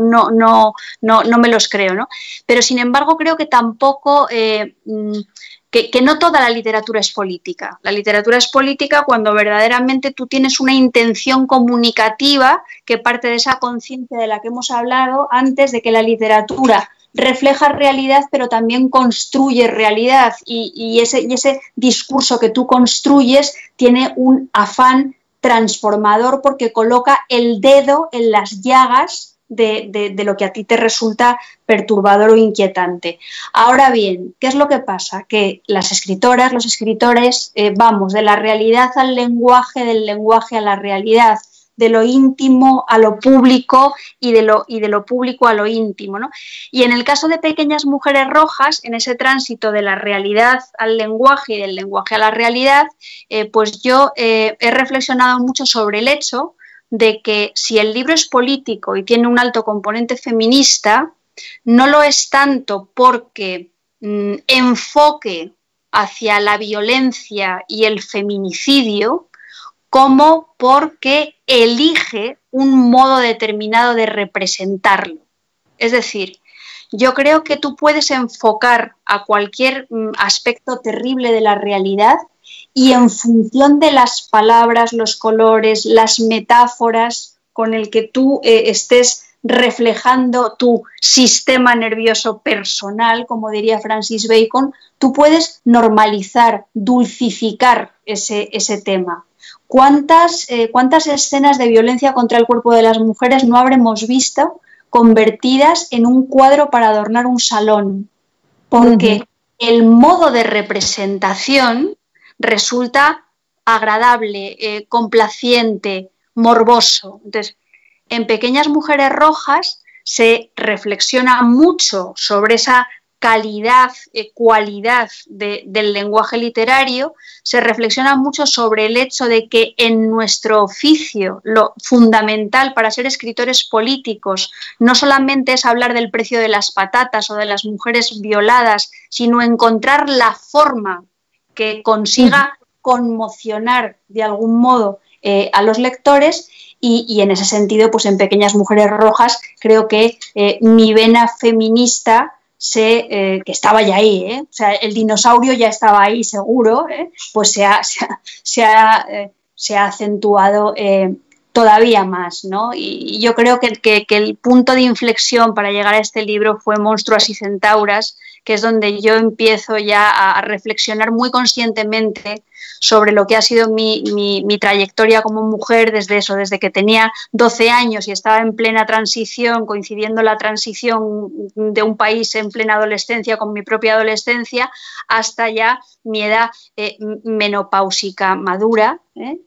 me los creo, ¿no? Pero sin embargo creo que tampoco... Que no toda la literatura es política. La literatura es política cuando verdaderamente tú tienes una intención comunicativa que parte de esa conciencia de la que hemos hablado antes, de que la literatura refleja realidad pero también construye realidad, y ese discurso que tú construyes tiene un afán transformador porque coloca el dedo en las llagas de lo que a ti te resulta perturbador o inquietante. Ahora bien, ¿qué es lo que pasa? Que las escritoras, los escritores, vamos de la realidad al lenguaje, del lenguaje a la realidad, de lo íntimo a lo público y de lo público a lo íntimo, ¿no? Y en el caso de Pequeñas mujeres rojas, en ese tránsito de la realidad al lenguaje y del lenguaje a la realidad, pues yo he reflexionado mucho sobre el hecho de que si el libro es político y tiene un alto componente feminista, no lo es tanto porque enfoque hacia la violencia y el feminicidio, como porque elige un modo determinado de representarlo. Es decir, yo creo que tú puedes enfocar a cualquier aspecto terrible de la realidad y en función de las palabras, los colores, las metáforas con el que tú estés reflejando tu sistema nervioso personal, como diría Francis Bacon, tú puedes normalizar, dulcificar ese tema. ¿Cuántas escenas de violencia contra el cuerpo de las mujeres no habremos visto convertidas en un cuadro para adornar un salón? Porque el modo de representación resulta agradable, complaciente, morboso. Entonces, en Pequeñas mujeres rojas se reflexiona mucho sobre esa calidad, cualidad del lenguaje literario, se reflexiona mucho sobre el hecho de que en nuestro oficio lo fundamental para ser escritores políticos no solamente es hablar del precio de las patatas o de las mujeres violadas, sino encontrar la forma que consiga conmocionar de algún modo a los lectores, y en ese sentido, pues en Pequeñas mujeres rojas creo que mi vena feminista que estaba ya ahí, o sea, el dinosaurio ya estaba ahí seguro, pues se ha acentuado todavía más, ¿no? Y yo creo que el punto de inflexión para llegar a este libro fue Monstruas y centauras, que es donde yo empiezo ya a reflexionar muy conscientemente sobre lo que ha sido mi trayectoria como mujer desde que tenía 12 años y estaba en plena transición, coincidiendo la transición de un país en plena adolescencia con mi propia adolescencia, hasta ya mi edad menopáusica madura,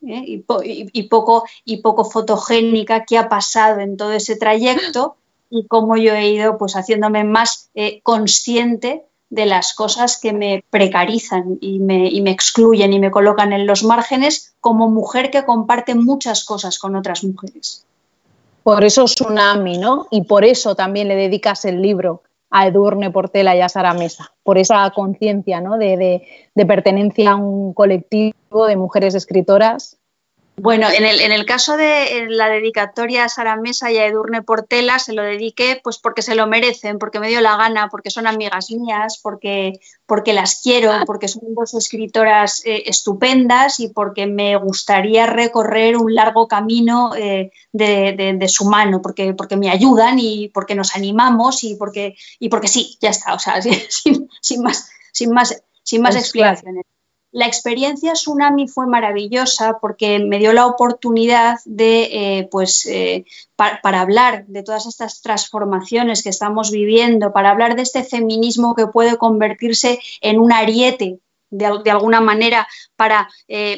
y poco fotogénica, que ha pasado en todo ese trayecto y cómo yo he ido pues haciéndome más consciente de las cosas que me precarizan y me excluyen y me colocan en los márgenes como mujer que comparte muchas cosas con otras mujeres. Por eso Tsunami, ¿no? Y por eso también le dedicas el libro a Edurne Portela y a Sara Mesa, por esa conciencia, ¿no? de pertenencia a un colectivo de mujeres escritoras Bueno, en el caso de la dedicatoria a Sara Mesa y a Edurne Portela, se lo dediqué pues porque se lo merecen, porque me dio la gana, porque son amigas mías, porque las quiero, porque son dos escritoras estupendas y porque me gustaría recorrer un largo camino de su mano, porque me ayudan y porque nos animamos y porque sí, ya está, o sea, sin más explicaciones. La experiencia Tsunami fue maravillosa porque me dio la oportunidad de, para hablar de todas estas transformaciones que estamos viviendo, para hablar de este feminismo que puede convertirse en un ariete, de alguna manera, para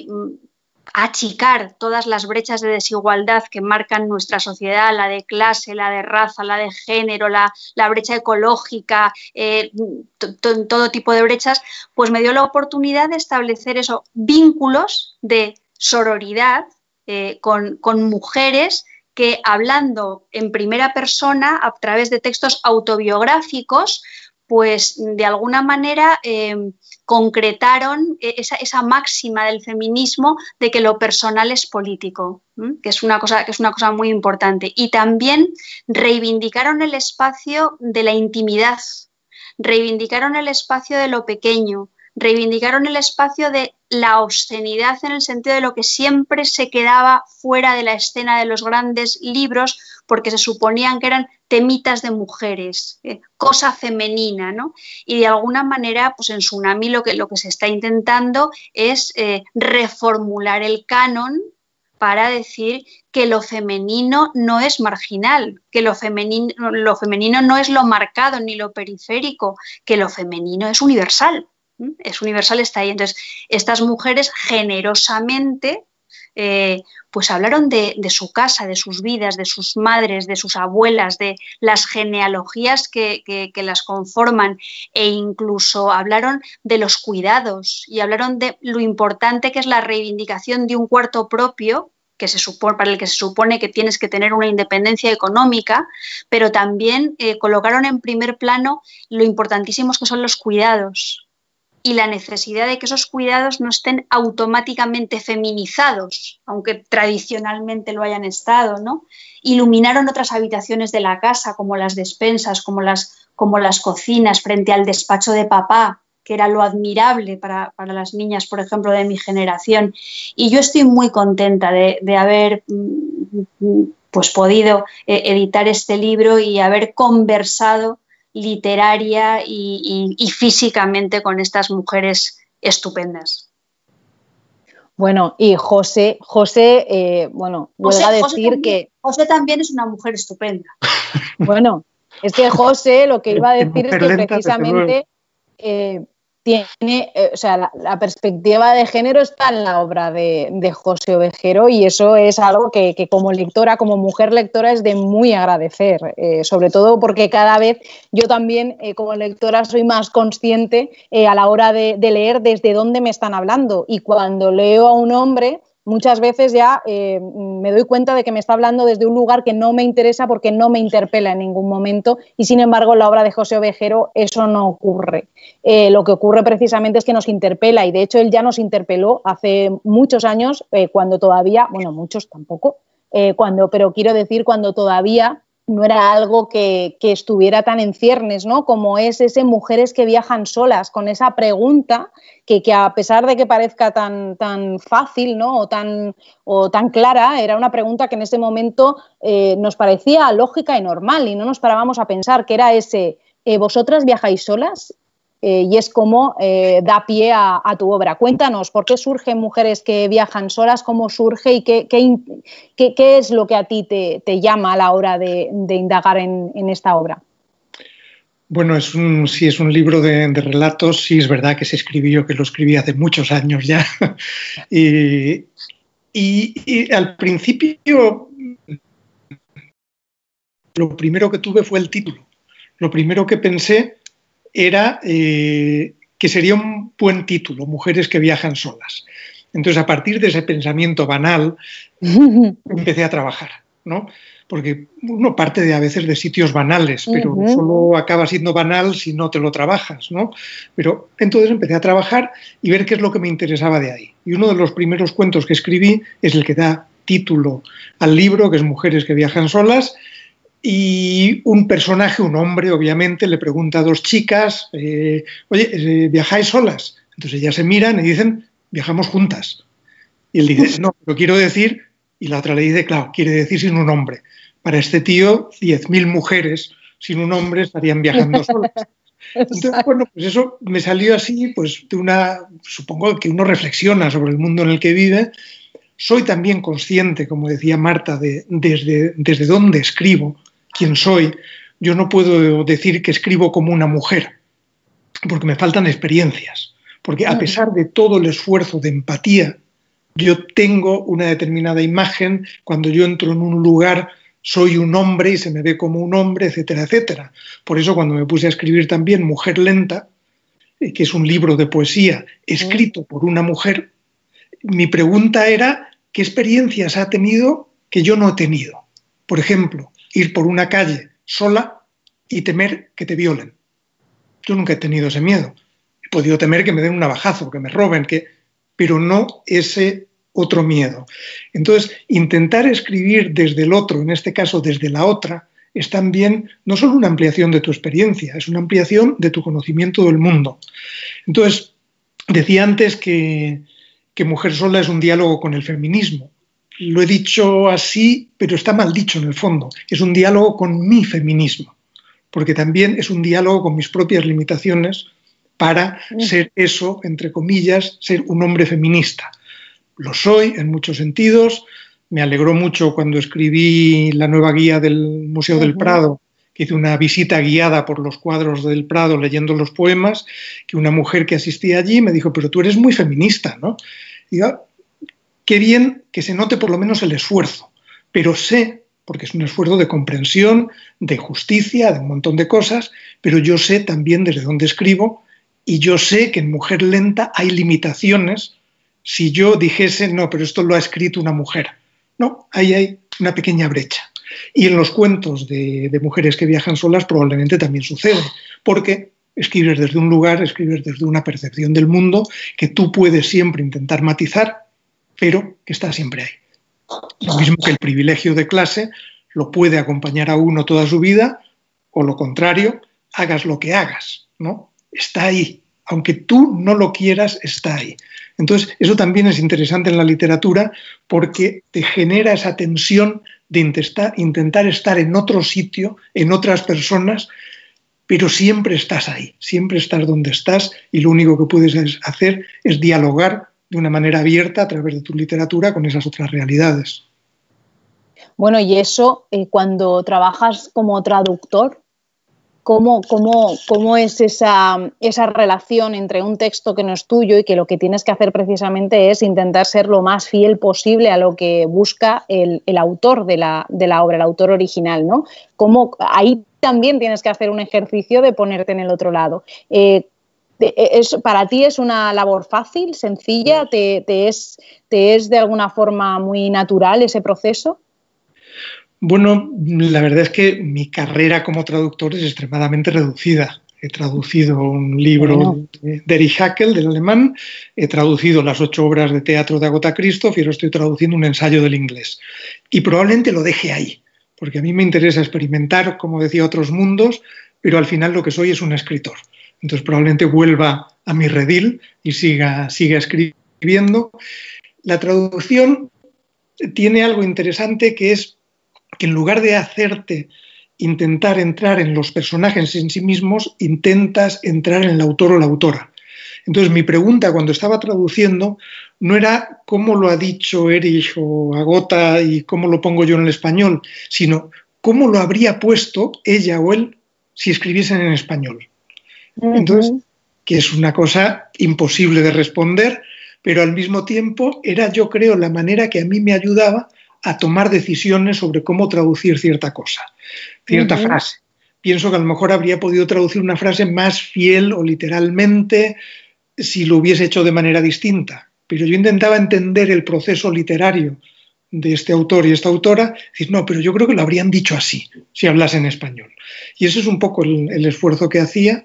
achicar todas las brechas de desigualdad que marcan nuestra sociedad, la de clase, la de raza, la de género, la brecha ecológica, todo tipo de brechas, pues me dio la oportunidad de establecer esos vínculos de sororidad con mujeres que, hablando en primera persona a través de textos autobiográficos, pues de alguna manera concretaron esa máxima del feminismo de que lo personal es político, que es una cosa muy importante. Y también reivindicaron el espacio de la intimidad, reivindicaron el espacio de lo pequeño, reivindicaron el espacio de la obscenidad en el sentido de lo que siempre se quedaba fuera de la escena de los grandes libros porque se suponían que eran temitas de mujeres, cosa femenina, ¿no? Y de alguna manera, pues en Tsunami lo que se está intentando es reformular el canon para decir que lo femenino no es marginal, que lo femenino no es lo marcado ni lo periférico, que lo femenino es universal. Es universal, está ahí. Entonces, estas mujeres generosamente pues hablaron de su casa, de sus vidas, de sus madres, de sus abuelas, de las genealogías que las conforman, e incluso hablaron de los cuidados y hablaron de lo importante que es la reivindicación de un cuarto propio para el que se supone que tienes que tener una independencia económica, pero también colocaron en primer plano lo importantísimos que son los cuidados y la necesidad de que esos cuidados no estén automáticamente feminizados, aunque tradicionalmente lo hayan estado, ¿no? Iluminaron otras habitaciones de la casa, como las despensas, como las cocinas, frente al despacho de papá, que era lo admirable para las niñas, por ejemplo, de mi generación. Y yo estoy muy contenta de haber pues podido editar este libro y haber conversado literaria y físicamente con estas mujeres estupendas. Bueno, y José, huelga decir que... José también es una mujer estupenda. Bueno, es que José, lo que iba a decir es que precisamente tiene, o sea, la perspectiva de género está en la obra de José Ovejero, y eso es algo que como lectora, como mujer lectora, es de muy agradecer, sobre todo porque cada vez yo también como lectora soy más consciente a la hora de leer desde dónde me están hablando, y cuando leo a un hombre muchas veces ya me doy cuenta de que me está hablando desde un lugar que no me interesa porque no me interpela en ningún momento, y sin embargo en la obra de José Ovejero eso no ocurre. Lo que ocurre precisamente es que nos interpela, y de hecho él ya nos interpeló hace muchos años, cuando todavía, bueno, muchos tampoco, pero quiero decir cuando todavía no era algo que estuviera tan en ciernes, ¿no? Como es ese Mujeres que viajan solas, con esa pregunta que a pesar de que parezca tan fácil, ¿no? o tan clara, era una pregunta que en ese momento nos parecía lógica y normal, y no nos parábamos a pensar que era ese ¿vosotras viajáis solas? Y es como da pie a tu obra. Cuéntanos, ¿por qué surgen Mujeres que viajan solas? ¿Cómo surge? ¿Y qué es lo que a ti te llama a la hora de indagar en esta obra? Bueno, sí es un libro de relatos, sí es verdad que que lo escribí hace muchos años ya. y al principio lo primero que tuve fue el título. Lo primero que pensé era que sería un buen título, Mujeres que viajan solas. Entonces, a partir de ese pensamiento banal, empecé a trabajar, ¿no? Porque uno parte a veces de sitios banales, pero solo acaba siendo banal si no te lo trabajas, ¿no? Pero entonces empecé a trabajar y ver qué es lo que me interesaba de ahí. Y uno de los primeros cuentos que escribí es el que da título al libro, que es Mujeres que viajan solas, y un personaje, un hombre, obviamente, le pregunta a dos chicas, oye, ¿viajáis solas? Entonces ellas se miran y dicen, viajamos juntas. Y él dice, no, pero quiero decir, y la otra le dice, claro, quiere decir sin un hombre. Para este tío, 10.000 mujeres sin un hombre estarían viajando solas. Entonces, bueno, pues eso me salió así, pues supongo que uno reflexiona sobre el mundo en el que vive. Soy también consciente, como decía Marta, desde dónde escribo, quién soy. Yo no puedo decir que escribo como una mujer, porque me faltan experiencias. Porque a pesar de todo el esfuerzo de empatía, yo tengo una determinada imagen. Cuando yo entro en un lugar, soy un hombre y se me ve como un hombre, etcétera, etcétera. Por eso cuando me puse a escribir también Mujer lenta, que es un libro de poesía escrito por una mujer, mi pregunta era, ¿qué experiencias ha tenido que yo no he tenido? Por ejemplo, ir por una calle sola y temer que te violen. Yo nunca he tenido ese miedo. He podido temer que me den un navajazo, que me roben, pero no ese otro miedo. Entonces, intentar escribir desde el otro, en este caso desde la otra, es también no solo una ampliación de tu experiencia, es una ampliación de tu conocimiento del mundo. Entonces, decía antes que Mujer sola es un diálogo con el feminismo. Lo he dicho así, pero está mal dicho en el fondo. Es un diálogo con mi feminismo, porque también es un diálogo con mis propias limitaciones para ser eso, entre comillas, ser un hombre feminista. Lo soy en muchos sentidos. Me alegró mucho cuando escribí la nueva guía del Museo del Prado, que hice una visita guiada por los cuadros del Prado leyendo los poemas, que una mujer que asistía allí me dijo, pero tú eres muy feminista, ¿no? Y digo, qué bien que se note por lo menos el esfuerzo, pero sé, porque es un esfuerzo de comprensión, de justicia, de un montón de cosas, pero yo sé también desde dónde escribo y yo sé que en Mujer lenta hay limitaciones. Si yo dijese, no, pero esto lo ha escrito una mujer. No, ahí hay una pequeña brecha. Y en los cuentos de mujeres que viajan solas probablemente también sucede, porque escribes desde un lugar, escribes desde una percepción del mundo que tú puedes siempre intentar matizar, pero que está siempre ahí. Lo mismo que el privilegio de clase lo puede acompañar a uno toda su vida, o lo contrario, hagas lo que hagas, ¿no? Está ahí. Aunque tú no lo quieras, está ahí. Entonces, eso también es interesante en la literatura porque te genera esa tensión de intentar estar en otro sitio, en otras personas, pero siempre estás ahí, siempre estás donde estás y lo único que puedes hacer es dialogar de una manera abierta a través de tu literatura con esas otras realidades. Bueno, y eso, cuando trabajas como traductor, ¿Cómo es esa relación entre un texto que no es tuyo y que lo que tienes que hacer precisamente es intentar ser lo más fiel posible a lo que busca el autor de la obra, el autor original, ¿no? Ahí también tienes que hacer un ejercicio de ponerte en el otro lado. ¿Para ti es una labor fácil, sencilla? ¿Te es de alguna forma muy natural ese proceso? Bueno, la verdad es que mi carrera como traductor es extremadamente reducida. He traducido un libro de Erich Hackel, del alemán, he traducido las 8 obras de teatro de Agatha Christoph y ahora estoy traduciendo un ensayo del inglés. Y probablemente lo deje ahí, porque a mí me interesa experimentar, como decía, otros mundos, pero al final lo que soy es un escritor. Entonces probablemente vuelva a mi redil y siga escribiendo. La traducción tiene algo interesante que es que en lugar de hacerte intentar entrar en los personajes en sí mismos, intentas entrar en el autor o la autora. Entonces mi pregunta cuando estaba traduciendo no era cómo lo ha dicho Erich o Agatha y cómo lo pongo yo en el español, sino cómo lo habría puesto ella o él si escribiesen en español. Entonces, que es una cosa imposible de responder, pero al mismo tiempo era, yo creo, la manera que a mí me ayudaba a tomar decisiones sobre cómo traducir cierta cosa, cierta frase. Pienso que a lo mejor habría podido traducir una frase más fiel o literalmente si lo hubiese hecho de manera distinta, pero yo intentaba entender el proceso literario de este autor y esta autora, decir, no, pero yo creo que lo habrían dicho así, si hablase en español. Y ese es un poco el esfuerzo que hacía,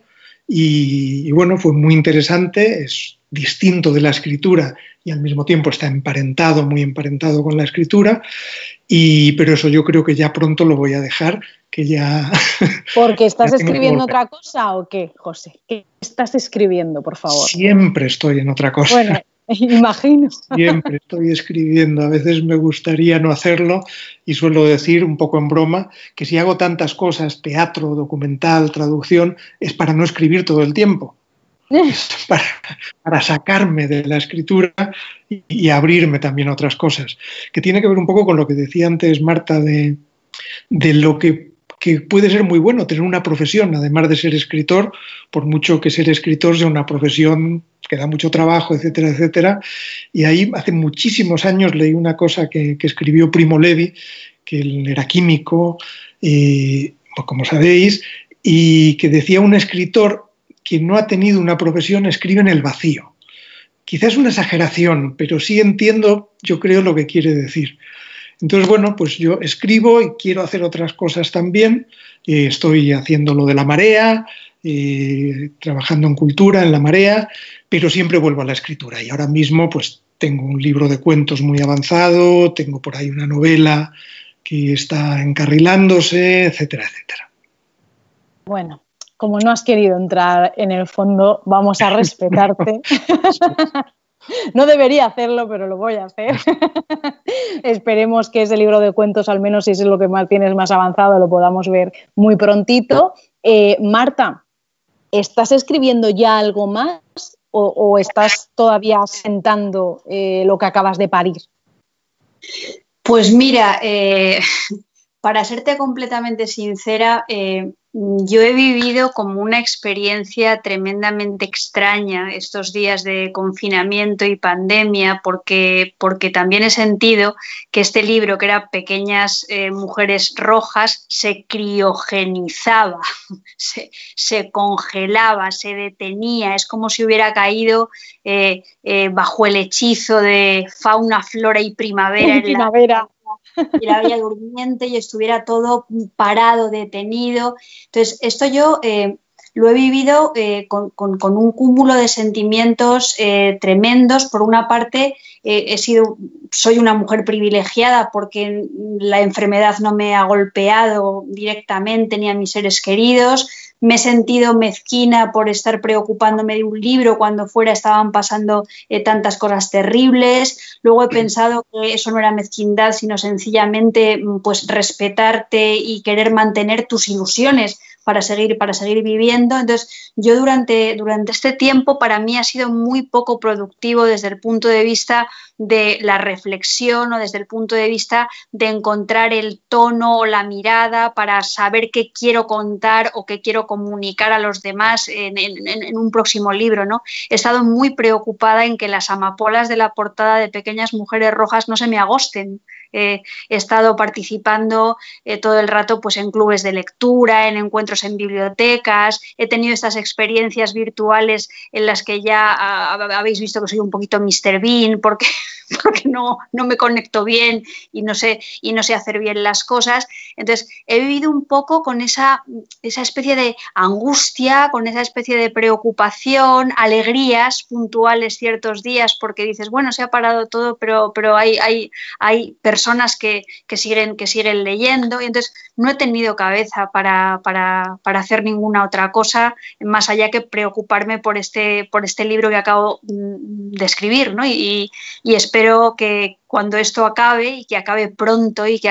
y bueno, fue muy interesante, es distinto de la escritura y al mismo tiempo está muy emparentado con la escritura, pero eso yo creo que ya pronto lo voy a dejar, que ya... ¿Porque estás escribiendo otra cosa o qué, José? ¿Qué estás escribiendo, por favor? Siempre estoy en otra cosa. Bueno, imagino. Siempre estoy escribiendo. A veces me gustaría no hacerlo y suelo decir, un poco en broma, que si hago tantas cosas, teatro, documental, traducción, es para no escribir todo el tiempo. Es para sacarme de la escritura y abrirme también a otras cosas. Que tiene que ver un poco con lo que decía antes Marta de lo que puede ser muy bueno tener una profesión, además de ser escritor, por mucho que ser escritor sea una profesión que da mucho trabajo, etcétera, etcétera. Y ahí hace muchísimos años leí una cosa que escribió Primo Levi, que él era químico, como sabéis, y que decía: un escritor que no ha tenido una profesión escribe en el vacío. Quizás es una exageración, pero sí entiendo, yo creo, lo que quiere decir. Entonces, bueno, pues yo escribo y quiero hacer otras cosas también. Estoy haciendo lo de La Marea, trabajando en cultura, en La Marea, pero siempre vuelvo a la escritura. Y ahora mismo pues tengo un libro de cuentos muy avanzado, tengo por ahí una novela que está encarrilándose, etcétera, etcétera. Bueno, como no has querido entrar en el fondo, vamos a respetarte. No debería hacerlo, pero lo voy a hacer. Esperemos que ese libro de cuentos, al menos si es lo que más tienes más avanzado, lo podamos ver muy prontito. Marta, ¿estás escribiendo ya algo más o estás todavía asentando lo que acabas de parir? Pues mira, para serte completamente sincera, yo he vivido como una experiencia tremendamente extraña estos días de confinamiento y pandemia, porque también he sentido que este libro, que era Pequeñas Mujeres Rojas, se criogenizaba, se congelaba, se detenía. Es como si hubiera caído bajo el hechizo de fauna, flora y primavera. Y la Bella Durmiente y estuviera todo parado, detenido. Entonces, esto yo lo he vivido con un cúmulo de sentimientos tremendos. Por una parte, soy una mujer privilegiada porque la enfermedad no me ha golpeado directamente ni a mis seres queridos. Me he sentido mezquina por estar preocupándome de un libro cuando fuera estaban pasando tantas cosas terribles. Luego he pensado que eso no era mezquindad, sino sencillamente pues respetarte y querer mantener tus ilusiones para seguir viviendo. Entonces, yo durante este tiempo para mí ha sido muy poco productivo desde el punto de vista de la reflexión o desde el punto de vista de encontrar el tono o la mirada para saber qué quiero contar o qué quiero comunicar a los demás en un próximo libro, ¿no? He estado muy preocupada en que las amapolas de la portada de Pequeñas Mujeres Rojas no se me agosten. He estado participando todo el rato pues, en clubes de lectura, en encuentros en bibliotecas. He tenido estas experiencias virtuales en las que ya habéis visto que soy un poquito Mr. Bean porque no me conecto bien y no sé hacer bien las cosas. Entonces, he vivido un poco con esa especie de angustia, con esa especie de preocupación, alegrías puntuales ciertos días porque dices, bueno, se ha parado todo, pero hay personas que siguen leyendo y entonces no he tenido cabeza para hacer ninguna otra cosa más allá que preocuparme por este libro que acabo de escribir, ¿no? Y espero que cuando esto acabe y que acabe pronto y que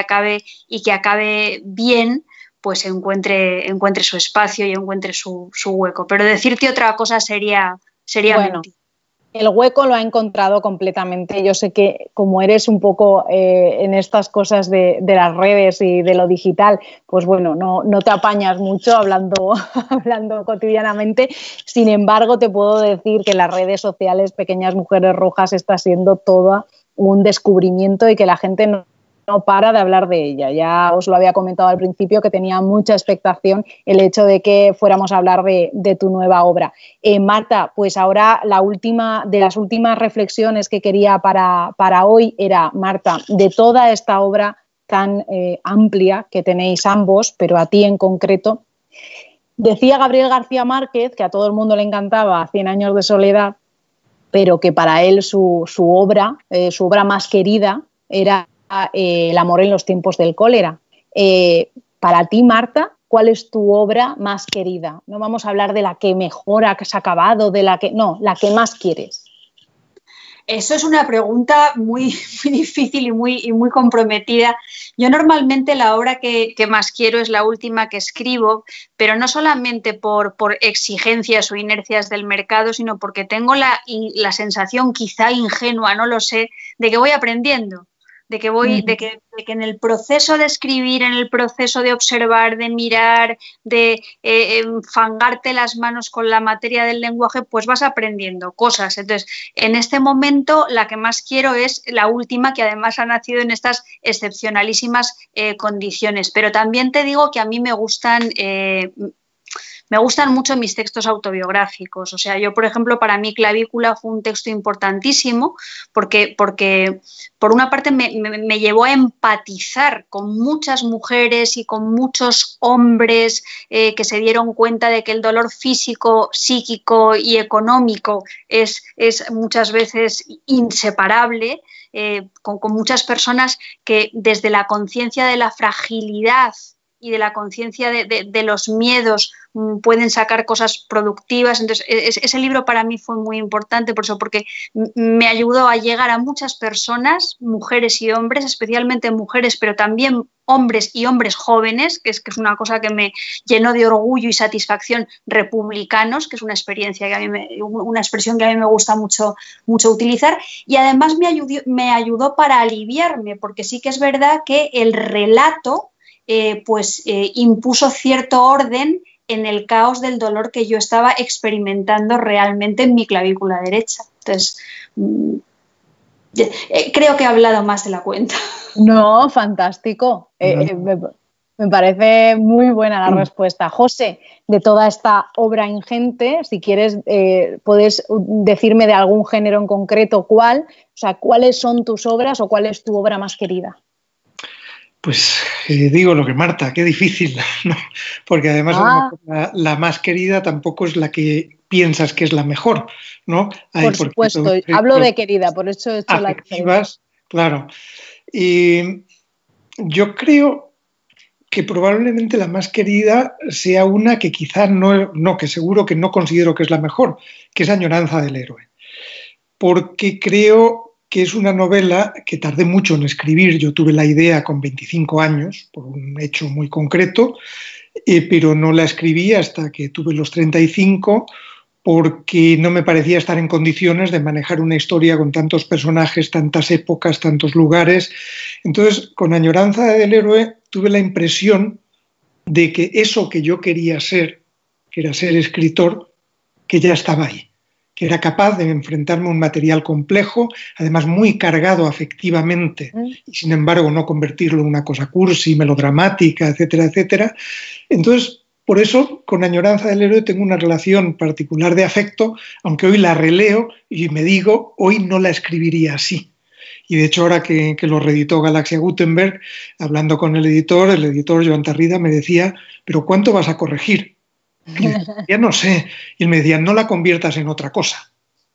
acabe bien, pues encuentre su espacio y encuentre su hueco. Pero decirte otra cosa sería bueno, mentir. El hueco lo ha encontrado completamente. Yo sé que como eres un poco en estas cosas de las redes y de lo digital, pues bueno, no te apañas mucho hablando cotidianamente. Sin embargo, te puedo decir que las redes sociales Pequeñas Mujeres Rojas está siendo todo un descubrimiento y que la gente no para de hablar de ella. Ya os lo había comentado al principio que tenía mucha expectación el hecho de que fuéramos a hablar de tu nueva obra. Marta, pues ahora de las últimas reflexiones que quería para hoy era, Marta, de toda esta obra tan amplia que tenéis ambos, pero a ti en concreto, Decía Gabriel García Márquez, que a todo el mundo le encantaba 100 años de soledad, pero que para él su obra más querida era El amor en los tiempos del cólera. Para ti, Marta, ¿cuál es tu obra más querida? No vamos a hablar de la que mejor has acabado, la que más quieres. Eso es una pregunta muy, muy difícil y muy comprometida. Yo normalmente la obra que más quiero es la última que escribo, pero no solamente por exigencias o inercias del mercado, sino porque tengo la sensación, quizá ingenua, no lo sé, de que voy aprendiendo. De que en el proceso de escribir, en el proceso de observar, de mirar, de enfangarte las manos con la materia del lenguaje, pues vas aprendiendo cosas. Entonces, en este momento, la que más quiero es la última, que además ha nacido en estas excepcionalísimas condiciones. Pero también te digo que a mí me gustan mucho mis textos autobiográficos. O sea, yo, por ejemplo, para mí Clavícula fue un texto importantísimo porque por una parte me llevó a empatizar con muchas mujeres y con muchos hombres que se dieron cuenta de que el dolor físico, psíquico y económico es muchas veces inseparable, con muchas personas que desde la conciencia de la fragilidad y de la conciencia de los miedos pueden sacar cosas productivas. Entonces, ese libro para mí fue muy importante por eso, porque me ayudó a llegar a muchas personas, mujeres y hombres, especialmente mujeres, pero también hombres y hombres jóvenes, que es una cosa que me llenó de orgullo y satisfacción, republicanos, que es una experiencia una expresión que a mí me gusta mucho utilizar, y además me ayudó para aliviarme, porque sí que es verdad que el relato impuso cierto orden en el caos del dolor que yo estaba experimentando realmente en mi clavícula derecha. Entonces, creo que he hablado más de la cuenta. No, fantástico. Me parece muy buena la respuesta. José, de toda esta obra ingente, si quieres, puedes decirme de algún género en concreto cuáles son tus obras o cuál es tu obra más querida. Pues digo lo que Marta, qué difícil, ¿no? Porque además a lo mejor la más querida tampoco es la que piensas que es la mejor, ¿no? Por supuesto, hablo de querida, por eso he hecho la diferencia. Claro. Y yo creo que probablemente la más querida sea una que quizás que seguro que no considero que es la mejor, que es Añoranza del héroe. Porque creo que es una novela que tardé mucho en escribir. Yo tuve la idea con 25 años, por un hecho muy concreto, pero no la escribí hasta que tuve los 35, porque no me parecía estar en condiciones de manejar una historia con tantos personajes, tantas épocas, tantos lugares. Entonces, con Añoranza del héroe, tuve la impresión de que eso que yo quería ser, que era ser escritor, que ya estaba ahí, que era capaz de enfrentarme a un material complejo, además muy cargado afectivamente, y sin embargo no convertirlo en una cosa cursi, melodramática, etcétera, etcétera. Entonces, por eso, con Añoranza del héroe tengo una relación particular de afecto, aunque hoy la releo y me digo, hoy no la escribiría así. Y de hecho, ahora que lo reeditó Galaxia Gutenberg, hablando con el editor Joan Tarrida, me decía, ¿pero cuánto vas a corregir? Y le decía, no sé. Y él me decía, no la conviertas en otra cosa.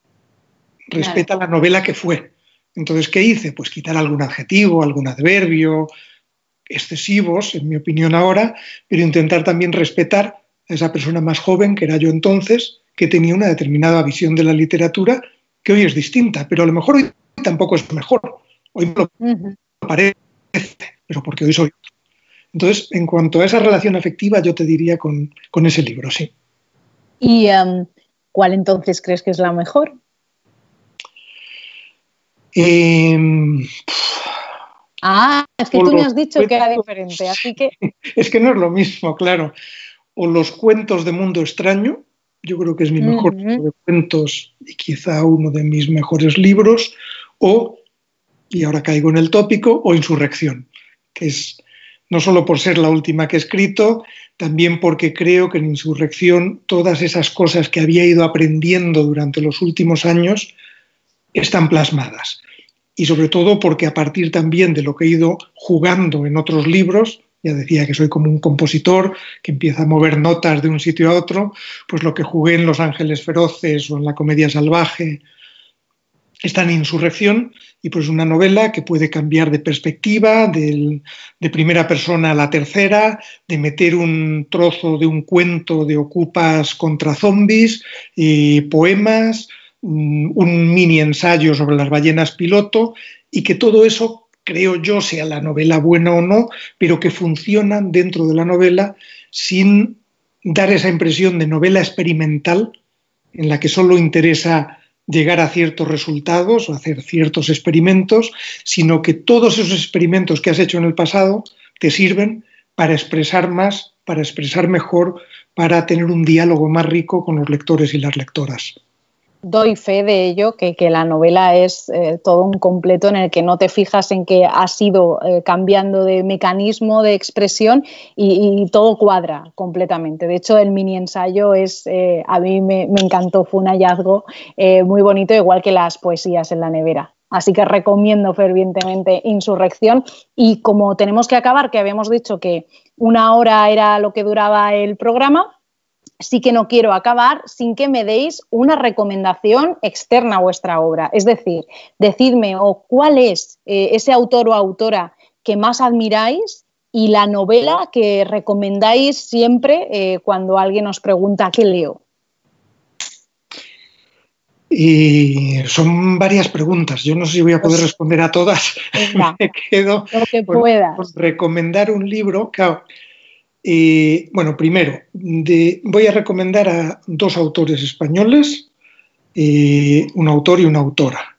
Respeta la novela que fue. Entonces, ¿qué hice? Pues quitar algún adjetivo, algún adverbio, excesivos, en mi opinión ahora, pero intentar también respetar a esa persona más joven, que era yo entonces, que tenía una determinada visión de la literatura que hoy es distinta, pero a lo mejor hoy tampoco es mejor. Hoy me lo parece, pero porque hoy soy otro. Entonces, en cuanto a esa relación afectiva, yo te diría con ese libro, sí. ¿Y cuál entonces crees que es la mejor? Es que tú me has dicho que era diferente, así que... Es que no es lo mismo, claro. O Los cuentos de Mundo Extraño, yo creo que es mi mejor libro de cuentos y quizá uno de mis mejores libros, y ahora caigo en el tópico, o Insurrección, que es... no solo por ser la última que he escrito, también porque creo que en Insurrección todas esas cosas que había ido aprendiendo durante los últimos años están plasmadas. Y sobre todo porque a partir también de lo que he ido jugando en otros libros, ya decía que soy como un compositor que empieza a mover notas de un sitio a otro, pues lo que jugué en Los Ángeles Feroces o en La Comedia Salvaje está en Insurrección, y pues una novela que puede cambiar de perspectiva, de primera persona a la tercera, de meter un trozo de un cuento de ocupas contra zombies, poemas, un mini ensayo sobre las ballenas piloto, y que todo eso, creo yo, sea la novela buena o no, pero que funcionan dentro de la novela sin dar esa impresión de novela experimental en la que solo interesa llegar a ciertos resultados o hacer ciertos experimentos, sino que todos esos experimentos que has hecho en el pasado te sirven para expresar más, para expresar mejor, para tener un diálogo más rico con los lectores y las lectoras. Doy fe de ello, que la novela es todo un completo en el que no te fijas en que has ido cambiando de mecanismo de expresión y todo cuadra completamente. De hecho, el mini ensayo a mí me encantó, fue un hallazgo muy bonito, igual que las poesías en la nevera. Así que recomiendo fervientemente Insurrección. Y como tenemos que acabar, que habíamos dicho que 1 hora era lo que duraba el programa, sí que no quiero acabar sin que me deis una recomendación externa a vuestra obra. Es decir, decidme cuál es ese autor o autora que más admiráis y la novela que recomendáis siempre cuando alguien os pregunta ¿qué leo? Y son varias preguntas. Yo no sé si voy a poder responder a todas. Venga, me quedo lo que con puedas. recomendar un libro. Claro. Bueno, primero, voy a recomendar a 2 autores españoles, un autor y una autora.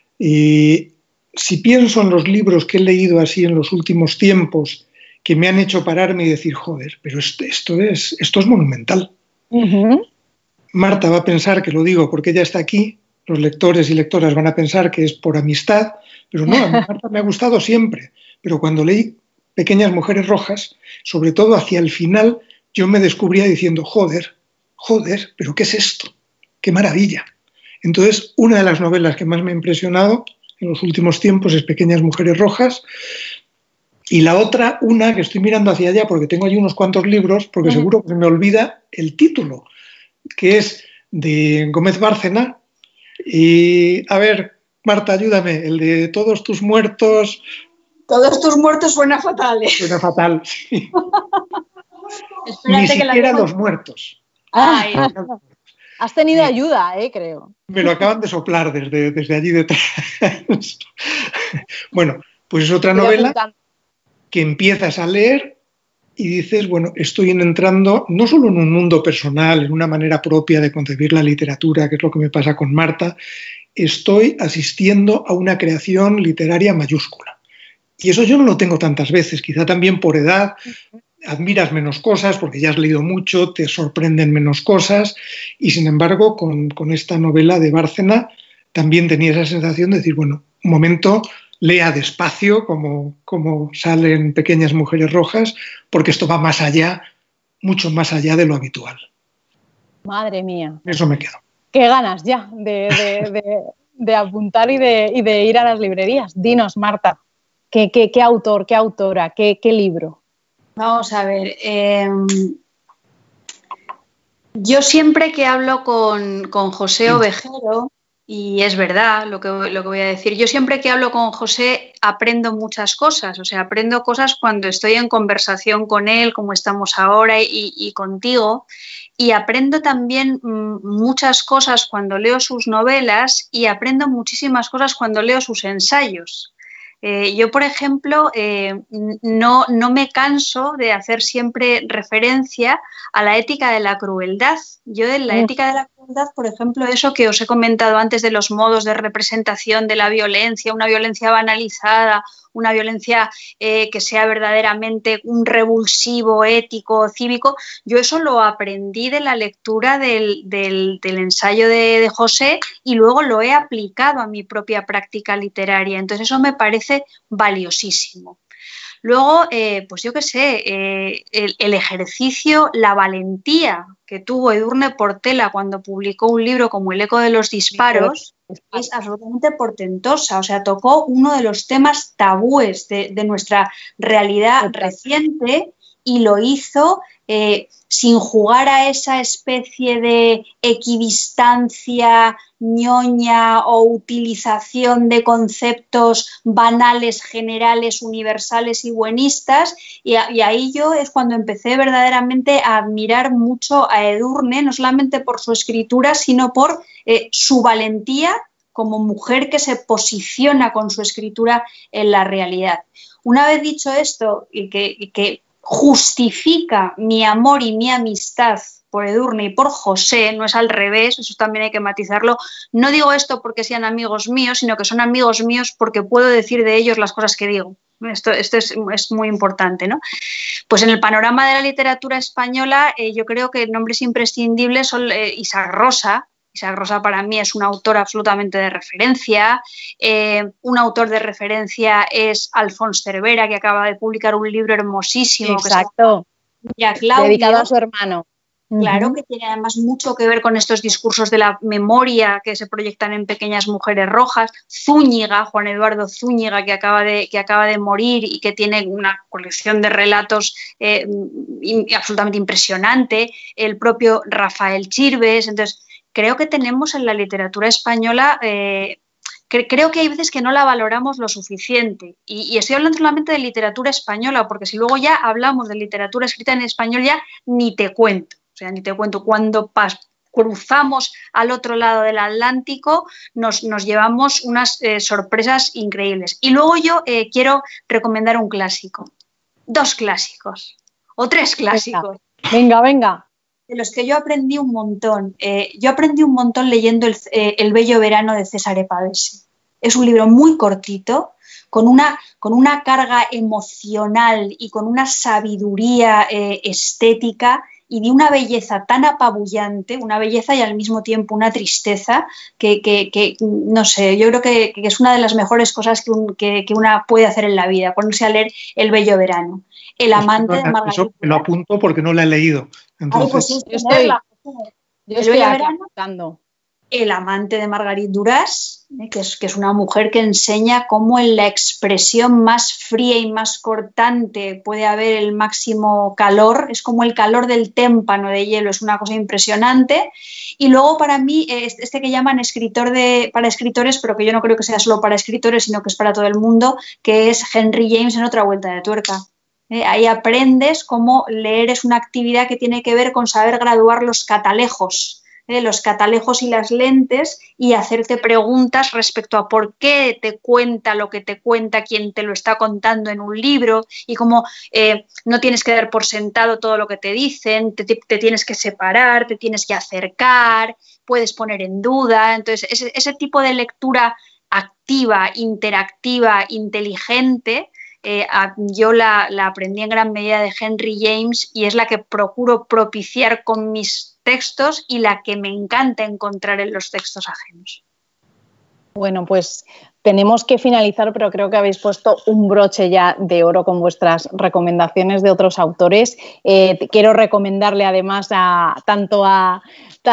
Si pienso en los libros que he leído así en los últimos tiempos que me han hecho pararme y decir, joder, pero esto es monumental. Uh-huh. Marta va a pensar que lo digo porque ella está aquí, los lectores y lectoras van a pensar que es por amistad, pero no, a mí Marta me ha gustado siempre, pero cuando leí Pequeñas Mujeres Rojas, sobre todo hacia el final, yo me descubría diciendo, joder, pero ¿qué es esto? ¡Qué maravilla! Entonces, una de las novelas que más me ha impresionado en los últimos tiempos es Pequeñas Mujeres Rojas, y la otra, una que estoy mirando hacia allá porque tengo allí unos cuantos libros, porque seguro que se me olvida el título, que es de Gómez Bárcena. Y, a ver, Marta, ayúdame, el de Todos tus muertos... Todos tus muertos suena fatal. Suena fatal, sí. Ni siquiera los muertos. Has tenido ayuda, creo. Me lo acaban de soplar desde allí detrás. Bueno, pues es otra novela que empiezas a leer y dices, bueno, estoy entrando no solo en un mundo personal, en una manera propia de concebir la literatura, que es lo que me pasa con Marta, estoy asistiendo a una creación literaria mayúscula. Y eso yo no lo tengo tantas veces, quizá también por edad, admiras menos cosas porque ya has leído mucho, te sorprenden menos cosas, y sin embargo con esta novela de Bárcena también tenía esa sensación de decir, bueno, un momento, lea despacio como salen Pequeñas Mujeres Rojas, porque esto va más allá, mucho más allá de lo habitual. Madre mía. Eso me quedo. Qué ganas ya de apuntar y de ir a las librerías. Dinos, Marta, ¿qué autor, qué autora, qué libro? Vamos a ver. Yo siempre que hablo con José Ovejero, y es verdad lo que voy a decir, yo siempre que hablo con José aprendo muchas cosas, o sea, aprendo cosas cuando estoy en conversación con él, como estamos ahora, y contigo, y aprendo también muchas cosas cuando leo sus novelas y aprendo muchísimas cosas cuando leo sus ensayos. Yo, por ejemplo, no me canso de hacer siempre referencia a la ética de la crueldad. Yo en la ética de la crueldad, por ejemplo, eso que os he comentado antes de los modos de representación de la violencia, una violencia banalizada, una violencia que sea verdaderamente un revulsivo ético, cívico, yo eso lo aprendí de la lectura del ensayo de José y luego lo he aplicado a mi propia práctica literaria. Entonces eso me parece valiosísimo. Luego, pues yo qué sé, el ejercicio, la valentía que tuvo Edurne Portela cuando publicó un libro como El eco de los disparos es absolutamente portentosa. O sea, tocó uno de los temas tabúes de nuestra realidad reciente y lo hizo sin jugar a esa especie de equidistancia ñoña o utilización de conceptos banales, generales, universales y buenistas, y ahí yo es cuando empecé verdaderamente a admirar mucho a Edurne, no solamente por su escritura, sino por su valentía como mujer que se posiciona con su escritura en la realidad. Una vez dicho esto, y que justifica mi amor y mi amistad por Edurne y por José, no es al revés, eso también hay que matizarlo. No digo esto porque sean amigos míos, sino que son amigos míos porque puedo decir de ellos las cosas que digo. Esto es muy importante, ¿no? Pues en el panorama de la literatura española, yo creo que nombres imprescindibles son Isaac Rosa. Isaac Rosa para mí es un autor absolutamente de referencia. Un autor de referencia es Alfons Cervera, que acaba de publicar un libro hermosísimo. Exacto. Que Claudio, dedicado a su hermano. Claro, que tiene además mucho que ver con estos discursos de la memoria que se proyectan en Pequeñas Mujeres Rojas. Zúñiga, Juan Eduardo Zúñiga, que acaba de morir y que tiene una colección de relatos absolutamente impresionante. El propio Rafael Chirves. Entonces, creo que tenemos en la literatura española... Creo que hay veces que no la valoramos lo suficiente y estoy hablando solamente de literatura española, porque si luego ya hablamos de literatura escrita en español ya ni te cuento. O sea, ni te cuento, cuando cruzamos al otro lado del Atlántico nos llevamos unas sorpresas increíbles. Y luego yo quiero recomendar un clásico, 2 clásicos o 3 clásicos. Venga. De los que yo aprendí un montón. Yo aprendí un montón leyendo El bello verano de Cesare Pavese. Es un libro muy cortito, con una carga emocional y con una sabiduría estética y de una belleza tan apabullante, una belleza y al mismo tiempo una tristeza, que no sé, yo creo que es una de las mejores cosas que una puede hacer en la vida, ponerse a leer El bello verano. El amante de Margarita. Eso me lo apunto porque no la he leído. Entonces, yo estoy apuntando. El amante de Margarit Duras, que es una mujer que enseña cómo en la expresión más fría y más cortante puede haber el máximo calor, es como el calor del témpano de hielo, es una cosa impresionante. Y luego para mí, que llaman escritor para escritores, pero que yo no creo que sea solo para escritores, sino que es para todo el mundo, que es Henry James en Otra vuelta de tuerca. Ahí aprendes cómo leer es una actividad que tiene que ver con saber graduar los catalejos y las lentes y hacerte preguntas respecto a por qué te cuenta lo que te cuenta quien te lo está contando en un libro y cómo no tienes que dar por sentado todo lo que te dicen, te tienes que separar, te tienes que acercar, puedes poner en duda. Entonces, ese tipo de lectura activa, interactiva, inteligente, yo la aprendí en gran medida de Henry James y es la que procuro propiciar con mis textos y la que me encanta encontrar en los textos ajenos. Bueno, pues tenemos que finalizar, pero creo que habéis puesto un broche ya de oro con vuestras recomendaciones de otros autores. Quiero recomendarle además tanto a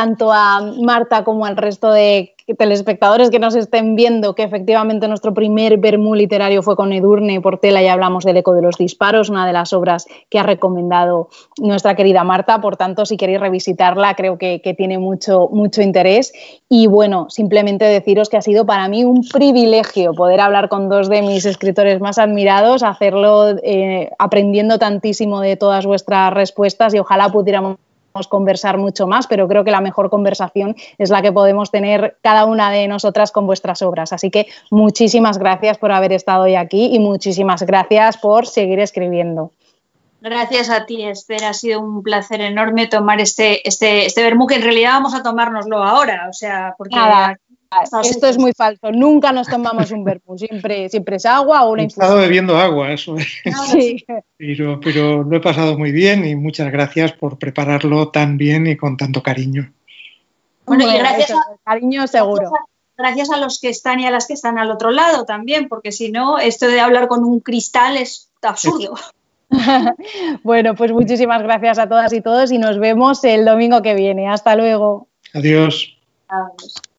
Marta como al resto de telespectadores que nos estén viendo que efectivamente nuestro primer vermú literario fue con Edurne Portela y hablamos del eco de los disparos, una de las obras que ha recomendado nuestra querida Marta. Por tanto, si queréis revisitarla, creo que tiene mucho interés. Y bueno, simplemente deciros que ha sido para mí un privilegio poder hablar con 2 de mis escritores más admirados, hacerlo aprendiendo tantísimo de todas vuestras respuestas y ojalá pudiéramos conversar mucho más, pero creo que la mejor conversación es la que podemos tener cada una de nosotras con vuestras obras. Así que muchísimas gracias por haber estado hoy aquí y muchísimas gracias por seguir escribiendo. Gracias a ti, Esther. Ha sido un placer enorme tomar este vermú, que en realidad vamos a tomárnoslo ahora, o sea, porque... Nada. Esto es muy falso, nunca nos tomamos un vermú, siempre es agua o una infusión. He estado bebiendo agua, eso es. Sí. Pero lo he pasado muy bien y muchas gracias por prepararlo tan bien y con tanto cariño. Bueno, y gracias cariño seguro. Gracias a los que están y a las que están al otro lado también, porque si no, esto de hablar con un cristal es absurdo. Bueno, pues muchísimas gracias a todas y todos y nos vemos el domingo que viene. Hasta luego. Adiós. Adiós.